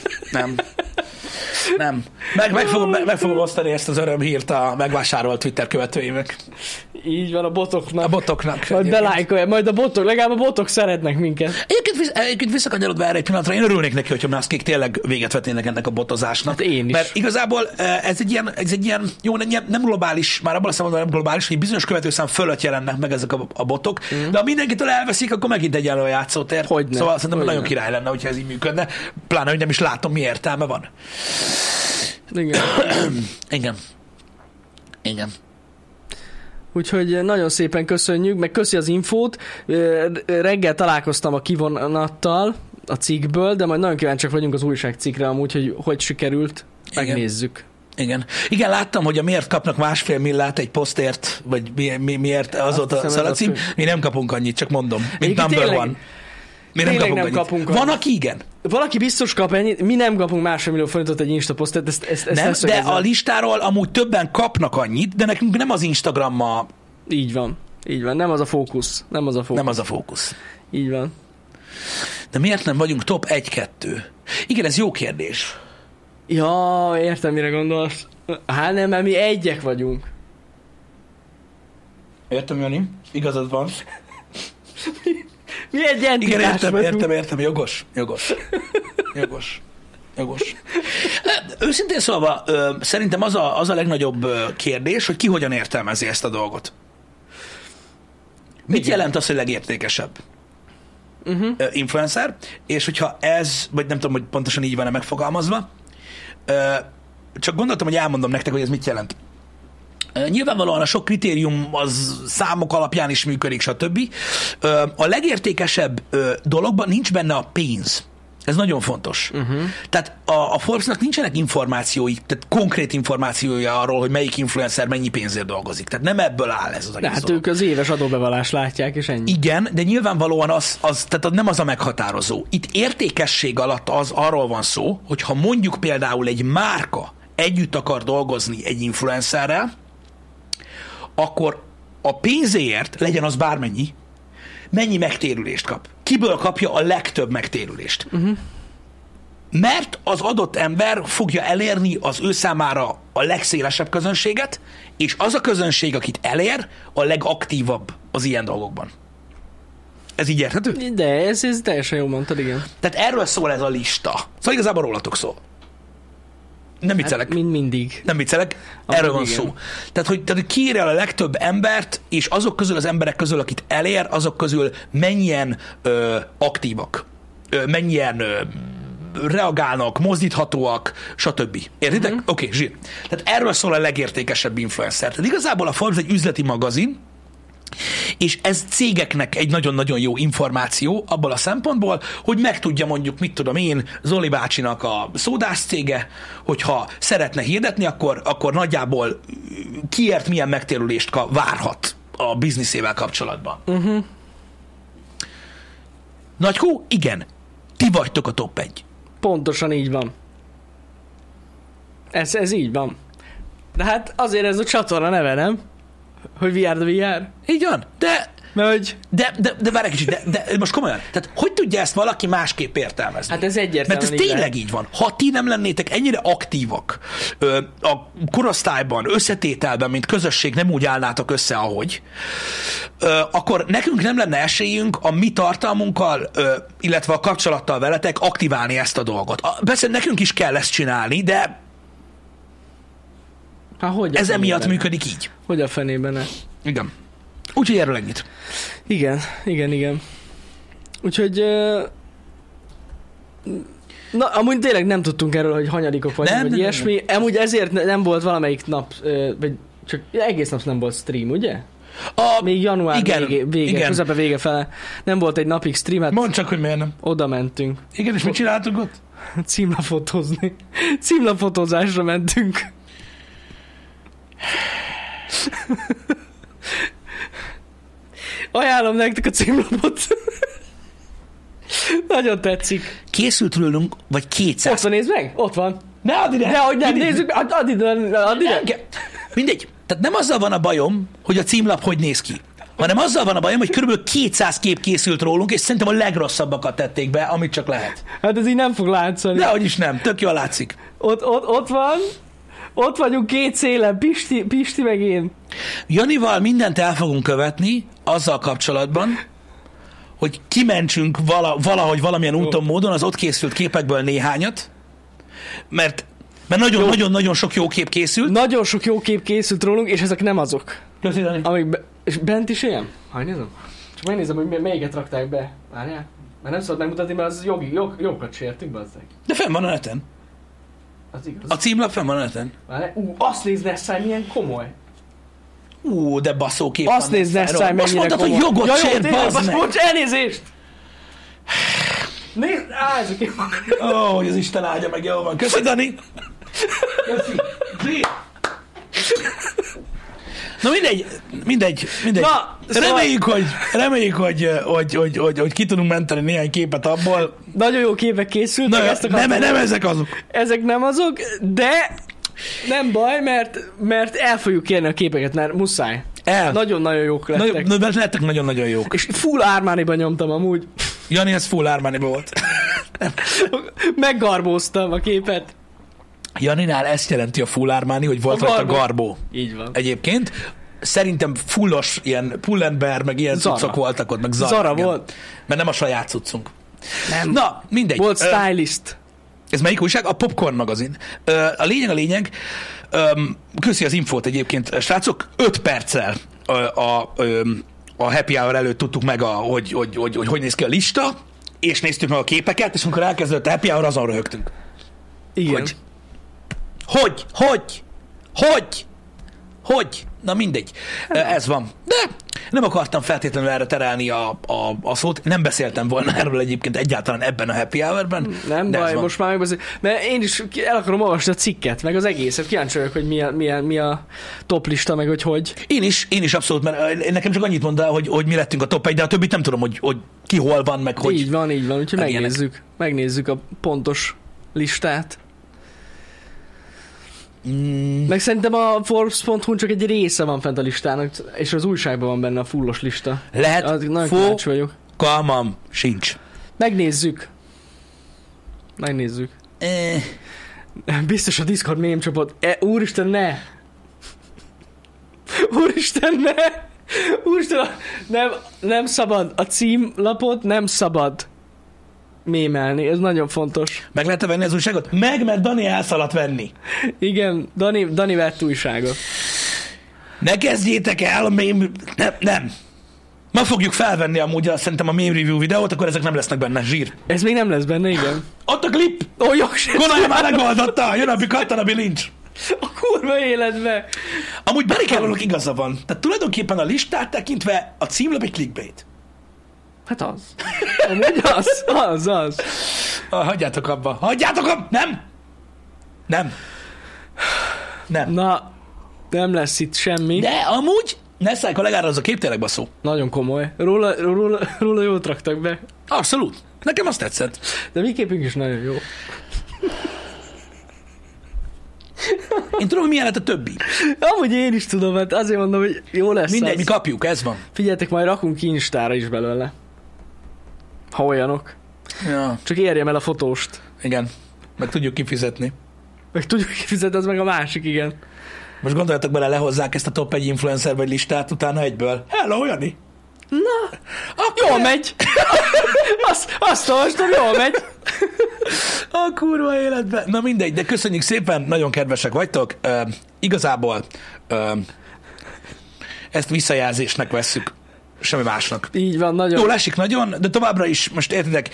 Nem. Meg fogom osztani ezt az örömhírt a megvásárolt Twitter követőimnek. Így van, a botoknak. A botoknak. Majd belájkolja, majd a botok, legalább a botok szeretnek minket. Egyébként visszakanyarodva erre egy pillanatra, én örülnék neki, hogyha mászkék tényleg véget vetnének ennek a botozásnak. Hát én is. Mert igazából ez egy ilyen jó, nem globális, már abban a szempontból nem globális, hogy bizonyos követőszám fölött jelennek meg ezek a botok, de ha mindenkitől elveszik, akkor megint egyenlő a játszótér. Hogyne. Szóval szerintem nagyon király lenne, hogyha ez így működne. Pláne, hogy nem is látom, mi értelme van. Igen. Úgyhogy nagyon szépen köszönjük, meg köszi az infót. Reggel találkoztam a kivonattal a cikkből, de majd nagyon kíváncsiak vagyunk az újságcikkre amúgy, hogy sikerült. Megnézzük. Igen, láttam, hogy miért kapnak 1,5 millát egy posztért, vagy miért az volt a szalacím. Mi nem kapunk annyit, csak mondom. Mint number one. Mi nem kapunk annyit. Van, aki igen. Valaki biztos kap ennyit, mi nem kapunk 1,5 millió forintot egy Insta posztert, ezt nem, de a listáról amúgy többen kapnak annyit, de nekünk nem az Instagramma. Így van, nem az a fókusz. Nem az a fókusz. Így van. De miért nem vagyunk top 1-2? Igen, ez jó kérdés. Ja, értem, mire gondolsz. Hát nem, mert mi egyek vagyunk. Értem, Jani, igazad van. Mi egy entitás vagyunk. Értem, jogos. Őszintén szólva, szerintem az a legnagyobb kérdés, hogy ki hogyan értelmezi ezt a dolgot. Mit jelent az, hogy legértékesebb? Influencer, és hogyha ez, vagy nem tudom, hogy pontosan így van-e megfogalmazva, csak gondoltam, hogy elmondom nektek, hogy ez mit jelent. Nyilvánvalóan a sok kritérium az számok alapján is működik, stb. A legértékesebb dologban nincs benne a pénz. Ez nagyon fontos. Tehát a Forbesnak nincsenek információi, tehát konkrét információja arról, hogy melyik influencer mennyi pénzért dolgozik. Tehát nem ebből áll ez az egész hát ők az éves adóbevallást látják, és ennyi. Igen, de nyilvánvalóan tehát nem az a meghatározó. Itt értékesség alatt arról van szó, hogy ha mondjuk például egy márka együtt akar dolgozni egy influencerrel, akkor a pénzéért, legyen az bármennyi, mennyi megtérülést kap. Kiből kapja a legtöbb megtérülést. Mert az adott ember fogja elérni az ő számára a legszélesebb közönséget, és az a közönség, akit elér, a legaktívabb az ilyen dolgokban. Ez így érthető? De ez teljesen jól mondtad, igen. Tehát erről szól ez a lista. Szóval igazából rólatok szól. Nem viccelek. Hát, mindig. Nem viccelek, erről van szó. Tehát, hogy kiírja a legtöbb embert, és azok közül az emberek közül, akit elér, azok közül mennyien aktívak, mennyien reagálnak, mozdíthatóak, stb. Értitek? Oké, zsír. Tehát erről szól a legértékesebb influencer. Tehát igazából a Forbes egy üzleti magazin, és ez cégeknek egy nagyon-nagyon jó információ abból a szempontból, hogy megtudja mondjuk, mit tudom én, Zoli bácsinak a szódás cége, hogyha szeretne hirdetni, akkor nagyjából kiért milyen megtérülést várhat a bizniszével kapcsolatban. Nagykó, igen, ti vagytok a top 1. Pontosan így van. Ez így van. De hát azért ez a csatorna neve, nem? Hogy VR the VR. Így van, de Mert hogy... De várj egy kicsit, de most komolyan, tehát hogy tudja ezt valaki másképp értelmezni? Hát ez egyértelműen. Mert ez tényleg így van. Ha ti nem lennétek ennyire aktívak a korosztályban, összetételben, mint közösség, nem úgy állnátok össze, ahogy, akkor nekünk nem lenne esélyünk a mi tartalmunkkal, illetve a kapcsolattal veletek aktiválni ezt a dolgot. Persze nekünk is kell ezt csinálni, de ez emiatt működik így. Hogy a fenében ne? Igen. Úgyhogy erről ennyit. Igen. Úgyhogy... Na, amúgy tényleg nem tudtunk erről, hogy hanyadikok vagyunk, vagy ilyesmi. Amúgy ezért nem volt valamelyik nap, vagy csak egész nap nem volt stream, ugye? Még január vége, közepe vége fele. Nem volt egy napig stream, hát mondd csak, hogy miért nem. Oda mentünk. Igen, és mit csináltunk ott? Címlafotózni. Címlafotózásra mentünk. Ajánlom nektek a címlapot. Nagyon tetszik. Készült rólunk, vagy 200. Ott van, nézd meg? Ott van. Ne add ide! Nehogy nem, nézzük, add ide. Mindegy. Tehát nem azzal van a bajom, hogy a címlap hogy néz ki, hanem azzal van a bajom, hogy kb. 200 kép készült rólunk, és szerintem a legrosszabbakat tették be, amit csak lehet. Hát ez így nem fog látszani. Dehogy is nem, tök jól látszik. Ott van. Ott vagyunk két szélen, Pisti meg én. Janival mindent el fogunk követni azzal kapcsolatban, hogy kimentsünk valahogy valamilyen úton, módon az ott készült képekből néhányat, mert nagyon-nagyon sok jó kép készült. Nagyon sok jó kép készült rólunk, és ezek nem azok. Köszönöm. És bent is ilyen? Ha nézem? Csak megnézem, hogy melyiket rakták be. Várjál? Mert nem szabad megmutatni, mert az jogokat sértünk, bazzeg. De fenn van a neten. Az igaz. A címlap fenn van a neten. Azt nézd, Nessai, milyen komoly. De baszó kép. Azt nézd, Nessai, mennyire komoly. Most mondtad, hogy jogot sért, bazd meg. Bocs, elnézést! Nézd, ez a kép. Hogy az Isten áldja meg, jól van. Köszi, Dani. Köszi. Na mindegy. Na, reméljük, hogy ki tudunk menteni néhány képet abból. Nagyon jó képek készültek. Nem ezek azok. Ezek nem azok, de nem baj, mert el fogjuk kérni a képeket, mert muszáj. Nagyon-nagyon jók lettek. Lettek nagyon-nagyon jók. És full Armani-ban nyomtam amúgy. Jani, ez full Armani-ban volt. Meggarbóztam a képet. Janinál ezt jelenti a full Armani, hogy volt rajta garbó. Így van. Egyébként szerintem fullos, ilyen Pull&Bear, meg ilyen cuccok voltak ott, meg Zara volt. Mert nem a saját cuccunk. Nem. Na, mindegy. Volt stylist. Ez melyik újság? A Popcorn magazin. A lényeg, köszi az infót egyébként, srácok, 5 perccel a happy hour előtt tudtuk meg, hogy néz ki a lista, és néztük meg a képeket, és amikor elkezdődött a happy hour, azon röhögtünk. Igen. Hogy? Na mindegy. Ez van. De nem akartam feltétlenül erre terelni a szót. Nem beszéltem volna erről egyébként egyáltalán ebben a happy hour-ben. Nem baj, most már megbeszél. Mert én is el akarom olvasni a cikket, meg az egészet. Kíváncsi vagyok, hogy mi a top lista, meg hogy. Én is abszolút, mert nekem csak annyit mondd el, hogy mi lettünk a top 1, de a többit nem tudom, hogy ki hol van, meg hogy. Így van. Úgyhogy megnézzük a pontos listát. Meg szerintem a Forbes.hu csak egy része van fent a listának, és az újságban van benne a fullos lista. Lehet, fogalmam sincs. Megnézzük. Biztos a Discord mém csoport. Úristen, ne! Úristen, nem szabad. A címlapot nem szabad mémelni, ez nagyon fontos. Meg lehet venni az újságot? Mert Dani elszaladt venni. Igen, Dani vett újságot. Ne kezdjétek el a mém... Nem. Ma fogjuk felvenni amúgy szerintem a meme review videót, akkor ezek nem lesznek benne, zsír. Ez még nem lesz benne, igen. Ott a klip! Konolja már megoldotta, jön a Kattanabi lincs. A kurva életbe. Amúgy Barry igaza van. Tehát tulajdonképpen a listát tekintve a címlap egy clickbait. Hát az. Amúgy az. Hagyjátok abba. Nem. Na, nem lesz itt semmi. De amúgy Nessai kollégára az a kép tényleg baszó. Nagyon komoly. Róla jót raktak be. Abszolút. Nekem azt tetszett. De mi képünk is nagyon jó. Én tudom, hogy milyen lett a többi. Amúgy én is tudom, mert azért mondom, hogy jó lesz. Mindegy, az. mi kapjuk, ez van. Figyeljetek, majd rakunk ki Instára is belőle. Ha olyanok. Ja, Csak érjem el a fotóst. igen. Meg tudjuk kifizetni. Meg tudjuk kifizetni, az meg a másik, igen. Most gondoljatok bele, lehozzák ezt a top 1 influencer vagy listát utána egyből. Hello, Jani! Na, Akkor jól megy. Azt olvastam, jól megy. a kurva életben. Na mindegy, de köszönjük szépen, nagyon kedvesek vagytok. Igazából ezt visszajelzésnek vesszük, semmi másnak. Így van, nagyon. Jól esik nagyon, de továbbra is, most értitek,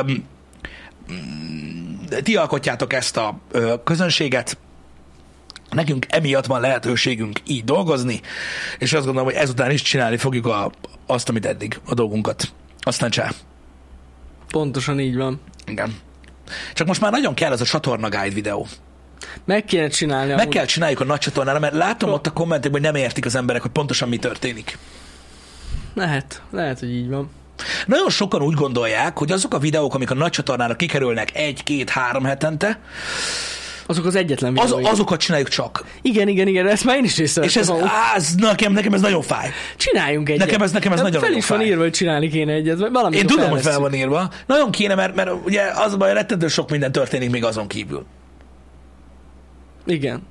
ti alkotjátok ezt a közönséget, nekünk emiatt van lehetőségünk így dolgozni, és azt gondolom, hogy ezután is csinálni fogjuk azt, amit eddig, a dolgunkat. Aztán csá. Pontosan így van. Igen. Csak most már nagyon kell ez a csatorna guide videó. Meg kéne csinálni. Meg kell csináljuk a nagy csatornára, mert látom ott a kommentekben, hogy nem értik az emberek, hogy pontosan mi történik. Lehet, hogy így van. Nagyon sokan úgy gondolják, hogy azok a videók, amik a nagy csatornára kikerülnek 1-2-3 hetente, Azok az egyetlen videói. azokat csináljuk csak. Igen, ezt már én is észrevettem. És ez, nekem ez nagyon fáj. Csináljunk egyet. Nekem ez nagyon fel is van fáj. írva, hogy csinálni kéne egyet. Vagy Én tudom, hogy fel van írva. Nagyon kéne, mert ugye az a baj, rettentő sok minden történik még azon kívül. Igen.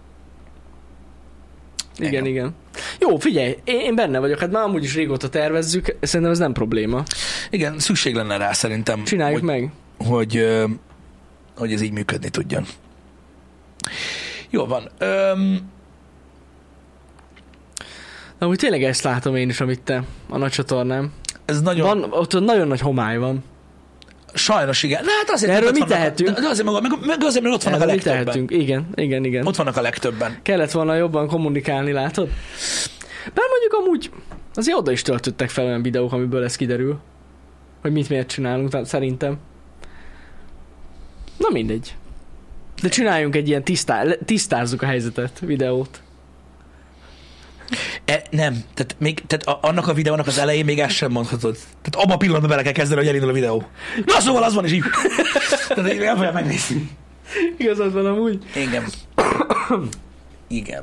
Jó, figyelj, én benne vagyok, hát már amúgy is régóta tervezzük, szerintem ez nem probléma. Igen, szükség lenne rá szerintem. Csináljuk meg. Hogy ez így működni tudjon. Jó van. Na, úgy tényleg ezt látom én is, amit te, a nagy csatornám. Ez nagyon... Ott nagyon nagy homály van. Sajnos igen. De hát azért, erről mit tehetünk? De azért, meg azért, mert ott vannak erről a legtöbben. Igen. Ott vannak a legtöbben. Kellett volna jobban kommunikálni, látod? Bár mondjuk amúgy azért oda is töltöttek fel olyan videók, amiből ez kiderül. Hogy mit miért csinálunk, szerintem. Na mindegy. De csináljunk egy ilyen tisztázzuk a helyzetet videót. Nem, tehát annak a videónak az elején még ezt sem mondhatod. Tehát abban a pillanatban bele kell kezdeni, hogy elindul a videó. Na szóval az van is így. Tehát én el fogják megnézni. Igazad van amúgy. Igen.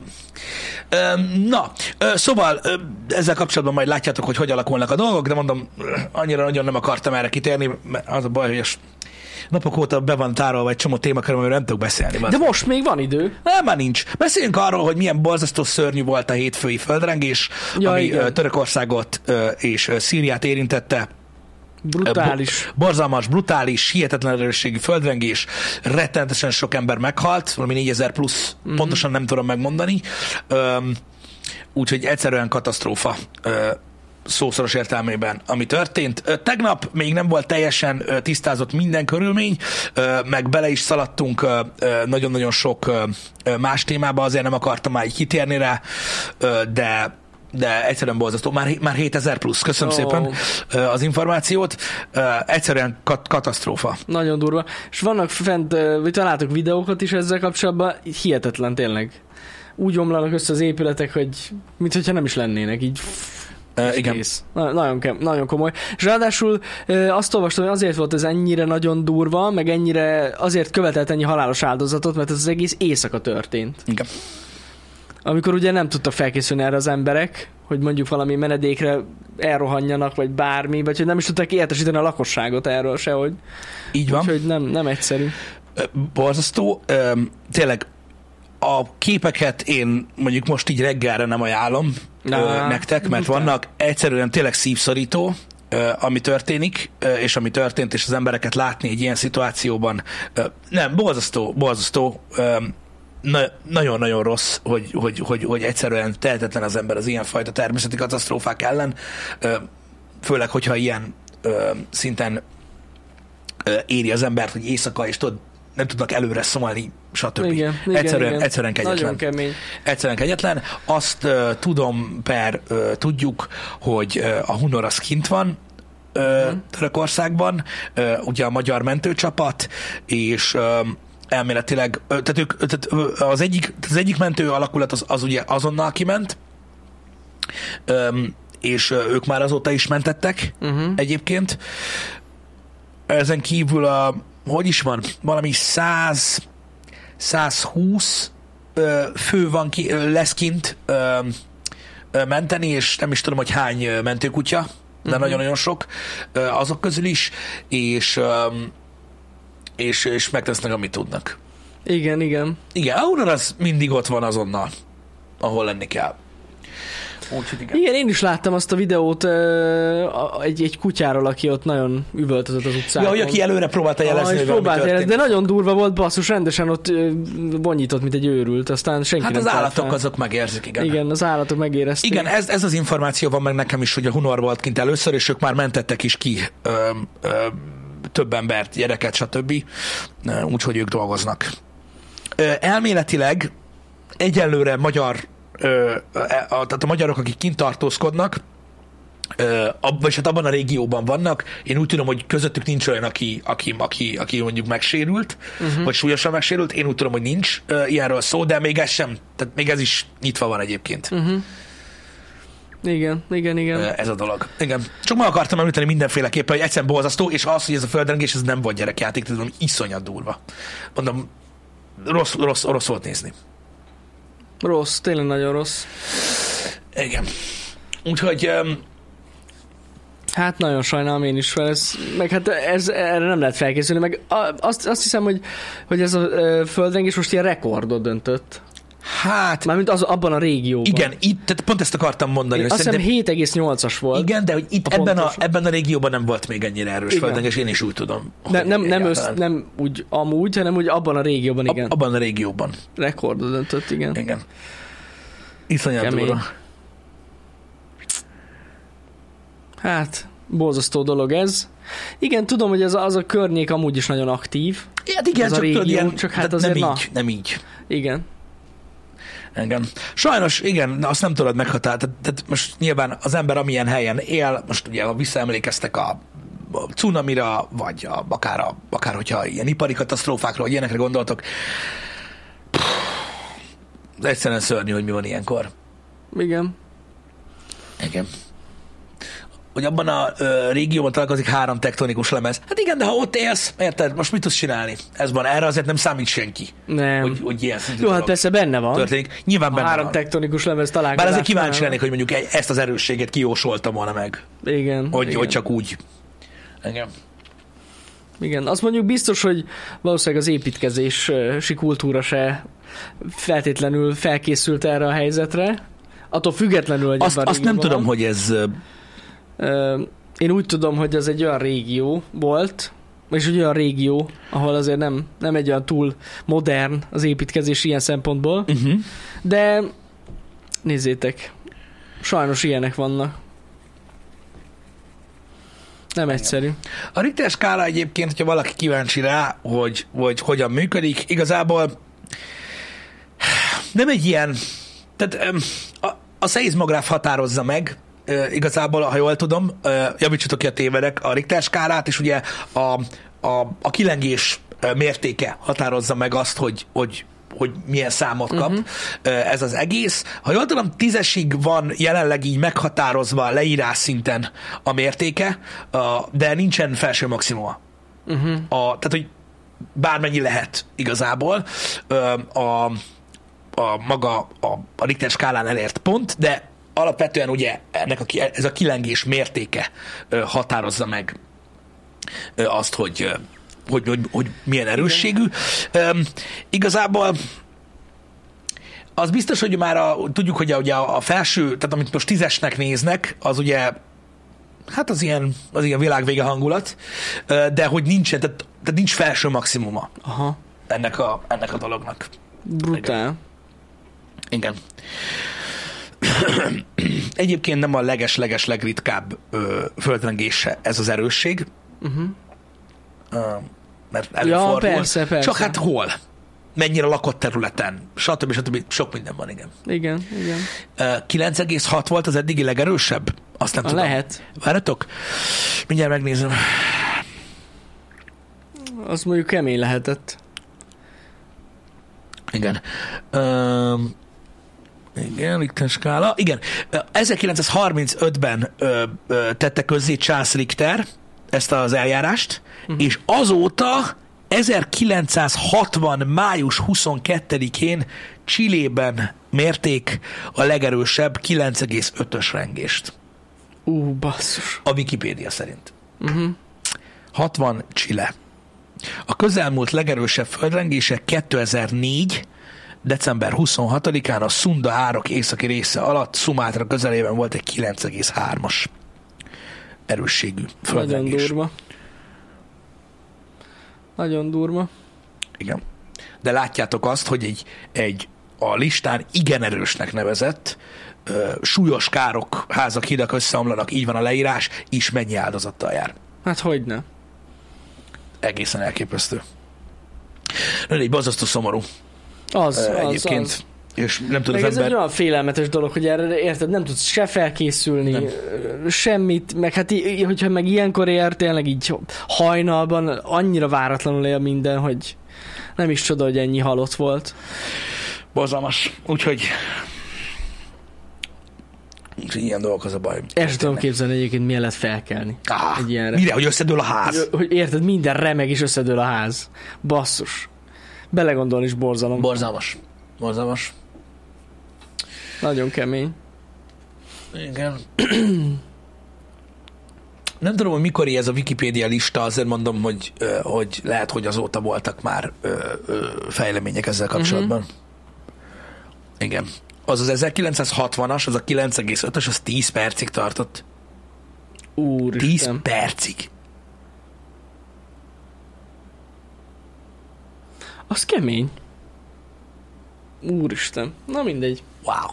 Szóval ezzel kapcsolatban majd látjátok, hogy alakulnak a dolgok, de mondom, annyira nagyon nem akartam erre kitérni, mert az a baj, hogy napok óta be van tárolva egy csomó témakör, amiről nem tudok beszélni. De most még van idő. Nem, már nincs. Beszéljünk arról, hogy milyen borzasztó szörnyű volt a hétfői földrengés, ami igen. Törökországot és Szíriát érintette. Brutális. Borzalmas, brutális, hihetetlen erősségű földrengés. Rettenetesen sok ember meghalt, valami 4000 plusz, pontosan nem tudom megmondani. Úgyhogy egyszerűen katasztrófa. Szószoros értelmében, ami történt. Tegnap még nem volt teljesen tisztázott minden körülmény, meg bele is szaladtunk nagyon-nagyon sok más témába, azért nem akartam már így kitérni rá, de egyszerűen borzasztó. Már 7000 plusz. Köszönöm szépen az információt. Egyszerűen katasztrófa. Nagyon durva. És vannak fent, vagy találtok videókat is ezzel kapcsolatban, hihetetlen tényleg. Úgy omlanak össze az épületek, hogy mintha nem is lennének, így igen. Nagyon komoly. És ráadásul azt olvastam, hogy azért volt ez ennyire nagyon durva, meg ennyire azért követelt ennyi halálos áldozatot, mert ez az egész éjszaka történt. Igen. Amikor ugye nem tudtak felkészülni erre az emberek, hogy mondjuk valami menedékre elrohanjanak, vagy bármi, vagy hogy nem is tudták értesíteni a lakosságot erről sehogy. Így van. Úgyhogy nem egyszerű. Borzasztó. Tényleg a képeket én mondjuk most így reggelre nem ajánlom nektek, mert vannak egyszerűen tényleg szívszorító, ami történik, és ami történt, és az embereket látni egy ilyen szituációban. Nem, borzasztó. Nagyon-nagyon rossz, hogy egyszerűen tehetetlen az ember az ilyenfajta természeti katasztrófák ellen, főleg, hogyha ilyen szinten éri az embert, hogy éjszaka, és nem tudnak előre szólni, stb. Igen. Egyszerűen kegyetlen. Nagyon kemény. Egyszerűen kegyetlen. Azt tudjuk, hogy a Hunor az kint van Törökországban, ugye a magyar mentőcsapat, és elméletileg, tehát az egyik mentő alakulat az ugye azonnal kiment, és ők már azóta is mentettek egyébként. Ezen kívül hogy is van? Valami 120 fő van lesz kint menteni, és nem is tudom, hogy hány mentőkutya, de nagyon-nagyon sok azok közül is, és megtesznek, amit tudnak. Igen. Igen, Aurora az mindig ott van azonnal, ahol lenni kell. Úgyhogy igen, én is láttam azt a videót egy kutyáról, aki ott nagyon üvöltözött az utcán. Ja, hogy aki előre próbálta jelezni, hogy valami történt. De nagyon durva volt, basszus, rendesen ott bonyított, mint egy őrült, aztán senki hát nem az állatok azok megérzik, igen. Igen, az állatok megérezték. Igen, ez az információ van meg nekem is, hogy a Hunor volt kint először, és ők már mentettek is ki több embert, gyereket, stb. Úgyhogy ők dolgoznak. Elméletileg egyelőre tehát a magyarok, akik kint tartózkodnak, vagy hát abban a régióban vannak, én úgy tudom, hogy közöttük nincs olyan, aki mondjuk megsérült, vagy súlyosan megsérült, én úgy tudom, hogy nincs ilyenről szó, de még ez sem, tehát még ez is nyitva van egyébként. Igen. Ez a dolog. Igen. Csak meg akartam említeni mindenféleképpen, hogy egyszerűen borzasztó, és az, hogy ez a földrengés, ez nem volt gyerekjáték, tehát mondom, iszonyat durva. Mondom, rossz volt nézni. Rossz, tényleg nagyon rossz. Igen. Úgyhogy... Hát nagyon sajnálom én is fel, meg hát erre nem lehet felkészülni, meg azt hiszem, hogy ez a földrengés most ilyen rekordot döntött. Hát... Mármint abban a régióban. Igen, itt, tehát pont ezt akartam mondani. Azt hiszem 7,8-as volt. Igen, de hogy itt ebben a régióban nem volt még ennyire erős földrengés, én is úgy tudom. Nem úgy amúgy, hanem úgy abban a régióban, igen. Abban a régióban. Rekordot döntött, igen. Igen. Iszonyat durva. Hát, borzasztó dolog ez. Igen, tudom, hogy az a környék amúgy is nagyon aktív. Hát igen, csak régió, ilyen, csak hát azért nem így. Igen. Igen. Sajnos, igen, azt nem tudod meghatározni. Tehát most nyilván az ember amilyen helyen él, most ugye, ha visszaemlékeztek a cunamira, vagy akár hogyha ilyen ipari katasztrófákra, vagy ilyenekre gondoltok, egyszerűen szörnyű, hogy mi van ilyenkor. Igen. Hogy abban a régióban találkozik 3 tektonikus lemez. Hát igen, de ha ott élsz, érted, most mit tudsz csinálni? Ez van, erre azért nem számít senki. Nem. Hogy ilyen szintű jó, hát persze benne van. Történik. Nyilván benne 3 van. tektonikus lemez találkozás. Bár azért kíváncsi lennék, hogy mondjuk ezt az erősséget kijósoltam volna meg. Igen. Hogy csak úgy. Igen, azt mondjuk biztos, hogy valószínűleg az építkezési kultúra se feltétlenül felkészült erre a helyzetre. Attól függetlenül, hogy azt nem tudom, hogy ez... Én úgy tudom, hogy ez egy olyan régió volt, és egy olyan régió, ahol azért nem egy olyan túl modern az építkezés ilyen szempontból, de nézzétek, sajnos ilyenek vannak. Nem egyszerű. A Richter skála egyébként, hogyha valaki kíváncsi rá, hogy hogyan működik, igazából nem egy ilyen, tehát a szeizmográf határozza meg, igazából, ha jól tudom, javítsatok ki a tévedek, a Richter skálát, és ugye a kilengés mértéke határozza meg azt, hogy milyen számot kap ez az egész. Ha jól tudom, 10-esig van jelenleg így meghatározva leírás szinten a mértéke, de nincsen felső maximuma. Tehát, hogy bármennyi lehet igazából a Richter skálán elért pont, de alapvetően ugye ez a kilengés mértéke határozza meg azt, hogy milyen erősségű. Igazából az biztos, hogy már tudjuk, hogy ugye a felső, tehát amit most 10-esnek néznek, az ugye hát az ilyen világvége hangulat, de hogy nincsen, tehát nincs felső maximuma. Aha. Ennek a dolognak. Brutál. Igen. Egyébként nem a leges legritkább földrengése ez az erősség. Mert előfordul. Ja, persze. Csak hát hol? Mennyire lakott területen? Stb. Sok minden van, igen. Igen. 9,6 volt az eddigi legerősebb? Azt nem tudom. Lehet. Várjatok? Mindjárt megnézem. Az mondjuk kemény lehetett. Igen. Igen, Richter skála. Igen. 1935-ben tette közzé Charles Richter ezt az eljárást, és azóta 1960. május 22-én Chilében mérték a legerősebb 9,5-ös rengést. Basszus. A Wikipédia szerint. 60 Chile. A közelmúlt legerősebb földrengése 2004. december 26-án a Sunda árok északi része alatt Szumátra közelében volt egy 9,3-as erősségű földrengés. Nagyon durva. Nagyon durva. Igen. De látjátok azt, hogy egy a listán igen erősnek nevezett súlyos károk, házak, hidak összeomlanak, így van a leírás, is mennyi áldozattal jár. Hát hogyne. Egészen elképesztő. Egy borzasztó szomorú. Egyébként. Az. És nem tud meg az ez ember... egy olyan félelmetes dolog, hogy erre érted, nem tudsz se felkészülni, nem. Semmit, meg hát hogyha meg ilyenkor ér, tényleg így hajnalban annyira váratlanul él minden, hogy nem is csoda, hogy ennyi halott volt. Borzalmas. Úgyhogy ilyen dolgok az a baj. El sem tudom képzelni egyébként, milyen lehet felkelni. Egy ilyenre. Mire? Hogy összedől a ház? Hogy érted, minden remeg és összedől a ház. Basszus. Belegondolni is borzalom. Borzalmas. Borzalmas. Nagyon kemény. Igen. Nem tudom, hogy mikor ez a Wikipédia lista, azért mondom, hogy lehet, hogy azóta voltak már fejlemények ezzel kapcsolatban. Igen. Az 1960-as, az a 9,5-ös, az 10 percig tartott. Úristen. 10 percig. Az kemény. Úristen. Na mindegy. Wow.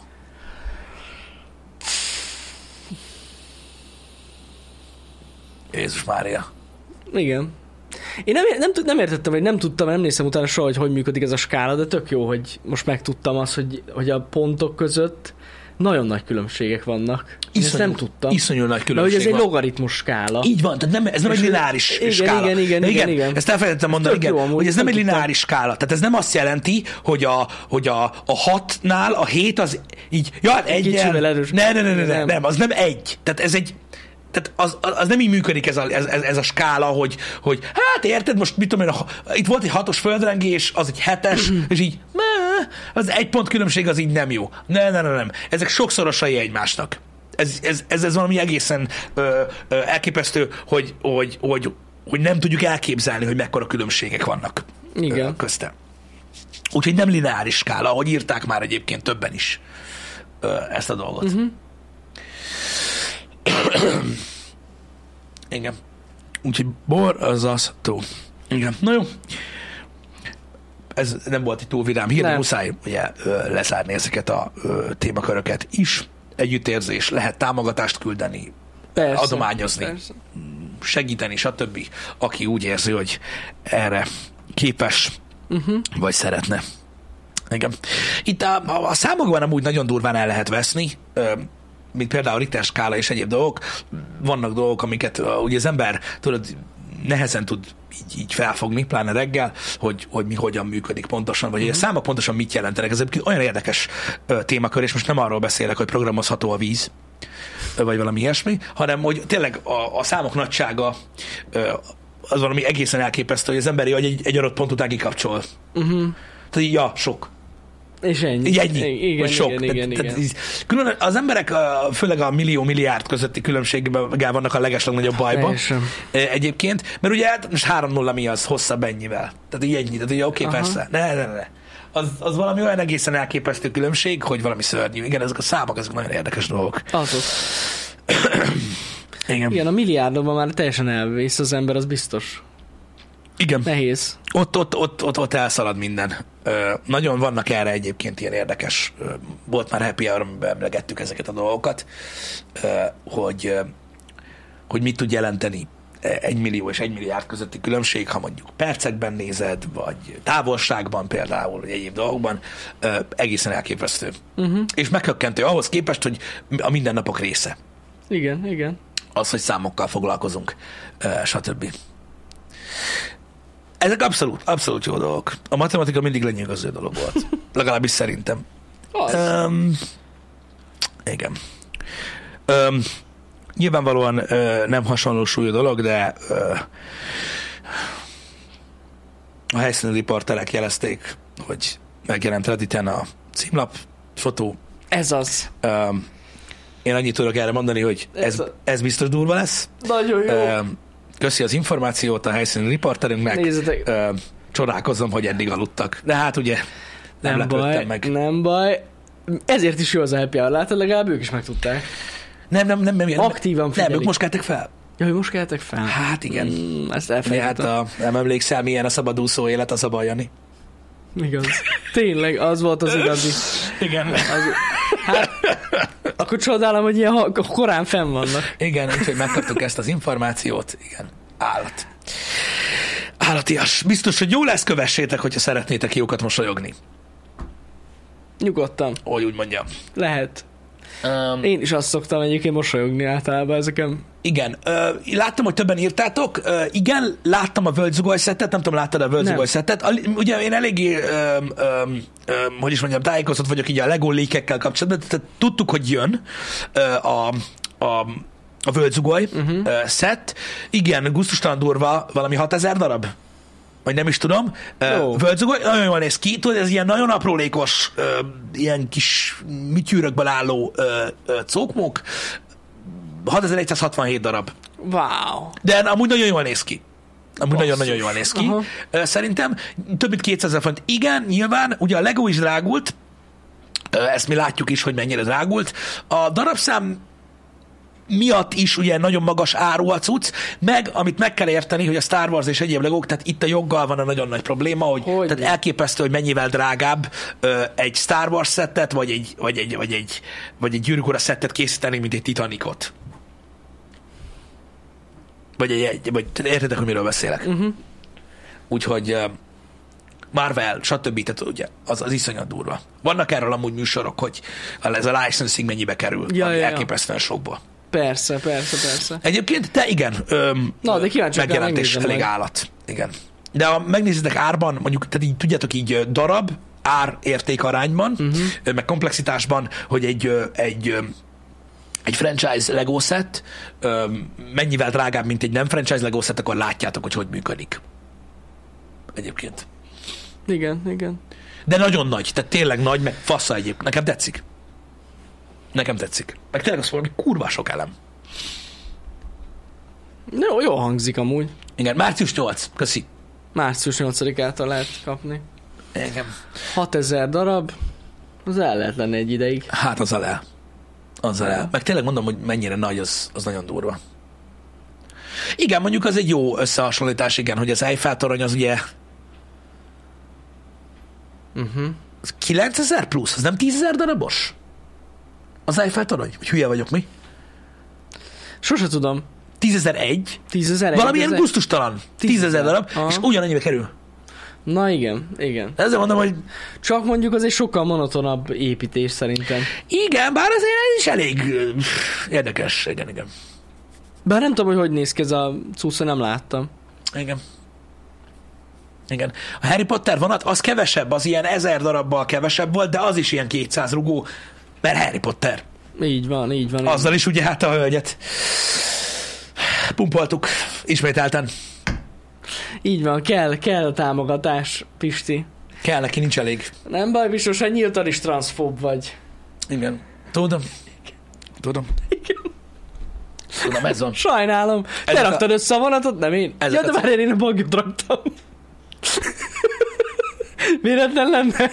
Jézus Mária. Igen. Én nem értettem, vagy nem tudtam, nem néztem utána soha, hogy működik ez a skála, de tök jó, hogy most megtudtam azt, hogy a pontok között nagyon nagy különbségek vannak. Ezt nem tudtam. Iszonyú nagy különbség. Mert hogy ez van. egy logaritmus skála. Így van, tehát ez nem egy lineáris skála. Igen. Ezt elfelejtettem mondani, igen, jó, hogy ez nem egy lineáris skála. Tehát ez nem azt jelenti, hogy a 6-nál a 7 az így, ja, hát nem, az nem egy. Tehát ez egy, tehát az nem így működik ez a skála, hogy hát érted, most mit tudom én, itt volt egy 6-os földrengés, az egy 7-es, és így, az egy pont különbség az így nem jó. Nem. Ezek sokszorosai egymásnak. Ez valami egészen elképesztő, hogy nem tudjuk elképzelni, hogy mekkora különbségek vannak közte. Úgyhogy nem lineáris skála, ahogy írták már egyébként többen is ezt a dolgot. Igen. Úgyhogy borzasztó. Igen. Na jó. Ez nem volt egy túl vidám hír, de muszáj ugye lezárni ezeket a témaköröket is. Együttérzés, lehet támogatást küldeni, persze, adományozni, persze, segíteni, stb. Aki úgy érzi, hogy erre képes, vagy szeretne. Igen. Itt a számokban amúgy nagyon durván el lehet veszni, mint például a Richter skála és egyéb dolgok. Vannak dolgok, amiket ugye az ember nehezen tud így felfogni, pláne reggel, hogy mi hogyan működik pontosan, vagy hogy a számok pontosan mit jelentenek. Ez olyan érdekes témakör, és most nem arról beszélek, hogy programozható a víz, vagy valami ilyesmi, hanem hogy tényleg a számok nagysága az valami egészen elképesztő, hogy az emberi agy egy adott pont után kikapcsol. Tehát így, sok. És ennyi. Így ennyi, igen, vagy sok. Igen. Külön az emberek főleg a millió-milliárd közötti különbséggel vannak a legeslegnagyobb bajban. Egyébként, mert ugye most 3-0 mi az hosszabb ennyivel. Tehát így ennyi, tehát ugye oké, persze. Ne. Az valami olyan egészen elképesztő különbség, hogy valami szörnyű. Igen, ezek a számok, ezek nagyon érdekes dolgok. Azok. Igen, a milliárdokban már teljesen elvész az ember, az biztos. Igen. Nehéz. Ott elszalad minden. Nagyon vannak erre egyébként ilyen érdekes, volt már happy hour, amiben emlegettük ezeket a dolgokat, hogy mit tud jelenteni 1 millió és 1 milliárd közötti különbség, ha mondjuk percekben nézed, vagy távolságban például, vagy egyéb dolgokban, egészen elképesztő. És meghökkentő ahhoz képest, hogy a mindennapok része. Igen. Az, hogy számokkal foglalkozunk, stb. Ezek abszolút jó dolgok. A matematika mindig lenyűgöző dolog volt. Legalábbis szerintem. Igen. Nyilvánvalóan nem hasonló súlyú dolog, de A helyszíni riporterek jelezték, hogy megjelent Redditen a címlap fotó. Ez az. Én annyit tudok erre mondani, hogy ez biztos durva lesz. Nagyon jó. Köszi az információt a helyszíni riporterünknek. Nézzetek. Csodálkozom, hogy eddig aludtak. De hát ugye nem lepődtem meg. Nem baj. Ezért is jó az a happy hour, látod, legalább ők is megtudták. Nem. Aktívan figyelik. Nem, ők most keltek fel. Ja, hogy most keltek fel? Hát igen. Ezt elfelejtettem. Hát nem emlékszel, milyen a szabadúszó élet, az a baj, Jani. Igaz. Tényleg, az volt az igazi. Igen. Hát, akkor csodálom, hogy ilyen korán fenn vannak. Igen, úgyhogy megkaptuk ezt az információt. Igen, állatias. Biztos, hogy jó lesz, kövessétek, hogyha szeretnétek jókat mosolyogni. Nyugodtan. Hogy úgy mondjam. Lehet. Én is azt szoktam egyébként mosolyogni általában ezeken. Igen. Láttam, hogy többen írtátok. Igen, láttam a völgyzugoly szettet, nem tudom, láttad a völgyzugoly szettet. Ugye én eléggé, hogy is mondjam, tájékozott vagyok így a Lego leakekkel kapcsolatban, tehát tudtuk, hogy jön a völgyzugoly szett. Igen, gusztustalan durva, valami 6000 darab? Vagy nem is tudom. Völgyzugoly, nagyon jól néz ki. Tudod, ez ilyen nagyon aprólékos, ilyen kis műtyűrökből álló cókmók. 6167 darab. Wow. De amúgy nagyon jól néz ki. Nagyon-nagyon jól néz ki. Szerintem több mint 200 000 font. Igen, nyilván, ugye a Lego is drágult, ezt mi látjuk is, hogy mennyire drágult. A darabszám miatt is ugye nagyon magas áru a cucc, meg amit meg kell érteni, hogy a Star Wars és egyéb Legók, tehát itt a joggal van a nagyon nagy probléma, hogy tehát elképesztő, hogy mennyivel drágább egy Star Wars szettet, vagy egy Gyűrűk Ura szettet készíteni, mint egy Titanicot. Vagy értitek, hogy miről beszélek. Úgyhogy Marvel, stb. Tehát ugye az iszonyat durva. Vannak erről amúgy műsorok, hogy ez a licensing mennyibe kerül, ami elképesztően sokból. Persze. Egyébként, de igen, de megjelentés elég állat. Igen. De ha megnézitek árban, mondjuk, tehát így tudjátok így darab, ár-érték arányban, meg komplexitásban, hogy egy franchise Lego set mennyivel drágább, mint egy nem franchise Lego set, akkor látjátok, hogy működik. Egyébként. Igen. De nagyon nagy, tehát tényleg nagy, meg fassa egyébként. Nekem tetszik. Meg tényleg az valami kurva sok elem. Jó hangzik amúgy. Igen, március 8. Köszi. Március 8-ától lehet kapni. Igen. 6000 darab, az el lehet lenni egy ideig. Hát azzal el. Meg tényleg mondom, hogy mennyire nagy, az nagyon durva. Igen, mondjuk az egy jó összehasonlítás, igen, hogy az Eiffel torony az ugye 9000 plusz, az nem 10 000 darabos? Az Eiffel torony? Hogy hülye vagyok, mi? Sose tudom. 10.001? 10.001? Valamilyen gusztustalan. 10 000 darab, és ugyanannyibe kerül. Na igen. Ezzel mondom, hogy... Csak mondjuk az egy sokkal monotonabb építés szerintem. Igen, bár azért ez is elég érdekes. Igen. Bár nem tudom, hogy néz ki ez a cucca, nem láttam. Igen. A Harry Potter vonat, az kevesebb, az ilyen 1000 darabbal kevesebb volt, de az is ilyen 200 rugó, mert Harry Potter. Így van. Azzal is ugye hát a hölgyet pumpoltuk ismételten. Így van, kell a támogatás, Pisti. Kell neki, nincs elég. Nem baj, biztos, hogy nyíltan is transzfób vagy. Igen. Tudom. Tudom, ez van. Sajnálom. Te raktad össze a vonatot, nem én? Ja, de már én a bagyot raktam. Véletlen lenne?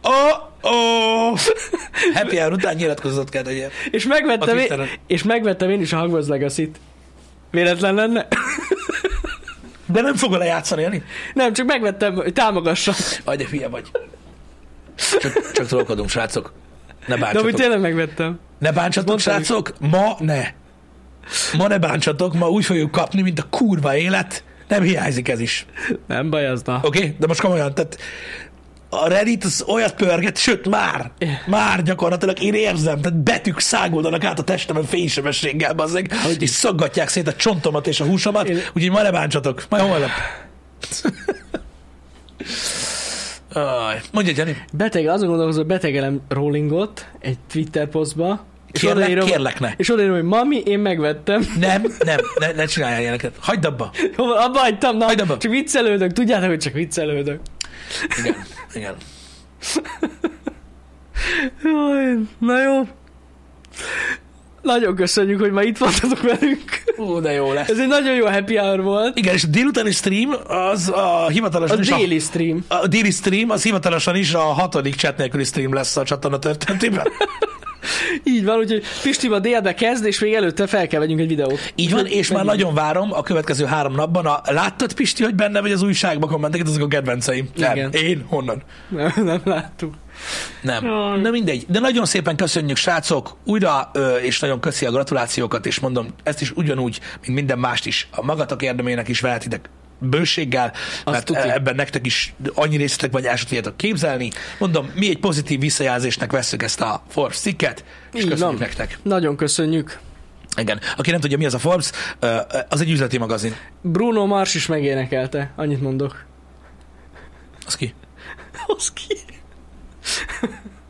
Happy hour után nyilatkozatot kell tegyél. És megvettem én is a Hogwarts Legacy-t. Véletlen lenne? De nem fogod lejátszani, Jani? Nem, csak megvettem, hogy támogassam. Aj, de hülye vagy. Csak trollkodunk, srácok. Ne bántsatok. De úgy tényleg megvettem. Ne bántsatok, srácok. Ma ne bántsatok, ma úgy fogjuk kapni, mint a kurva élet. Nem hiányzik ez is. Nem baj az, na. Oké? De most komolyan, tehát a Reddit az olyat pörget, sőt már gyakorlatilag én érzem, tehát betűk száguldanak át a testemen fénysebességgel, bazzeg, és szaggatják szét a csontomat és a húsomat, úgyhogy ma ne bántsatok, majd holnap. Mondja, Jani. Azon gondolkozom, hogy betegelem Rowlingot egy Twitter posztba, Kérlek, ne. És odaírom, hogy mami, én megvettem. Nem, ne csináljál ilyeneket. Hagyd abba. Jó, abba hagytam, na. Hagyd abba. Csak viccelődök, tudjátok, hogy csak viccelődök. Igen. Jaj, na jó. Nagyon köszönjük, hogy ma itt voltatok velünk. De jó lesz. Ez egy nagyon jó happy hour volt. Igen, és a délutáni stream az a hivatalosan A is déli stream. A déli stream az hivatalosan is a 6. chat nélküli stream lesz a csatorna történetében. Így van, úgyhogy Pisti ma délbe kezd, és még előtte fel kell vegyünk egy videót. Így van, és már nagyon várom a következő 3 napban. Láttad, Pisti, hogy benne vagy az újságban kommenteket, azok a kedvenceim? Nem. Igen. Én? Honnan? Nem láttuk. Nem. Na mindegy. De nagyon szépen köszönjük, srácok, újra, és nagyon köszi a gratulációkat, és mondom, ezt is ugyanúgy, mint minden mást is, a magatok érdemének is vehetitek bőséggel, mert ebben nektek is annyi részletek vagy el sem tudjátok képzelni. Mondom, mi egy pozitív visszajelzésnek vesszük ezt a Forbes cikket, és köszönjük nektek. Nagyon köszönjük. Igen. Aki nem tudja, mi az a Forbes, az egy üzleti magazin. Bruno Mars is megénekelte, annyit mondok. Az ki? Az ki?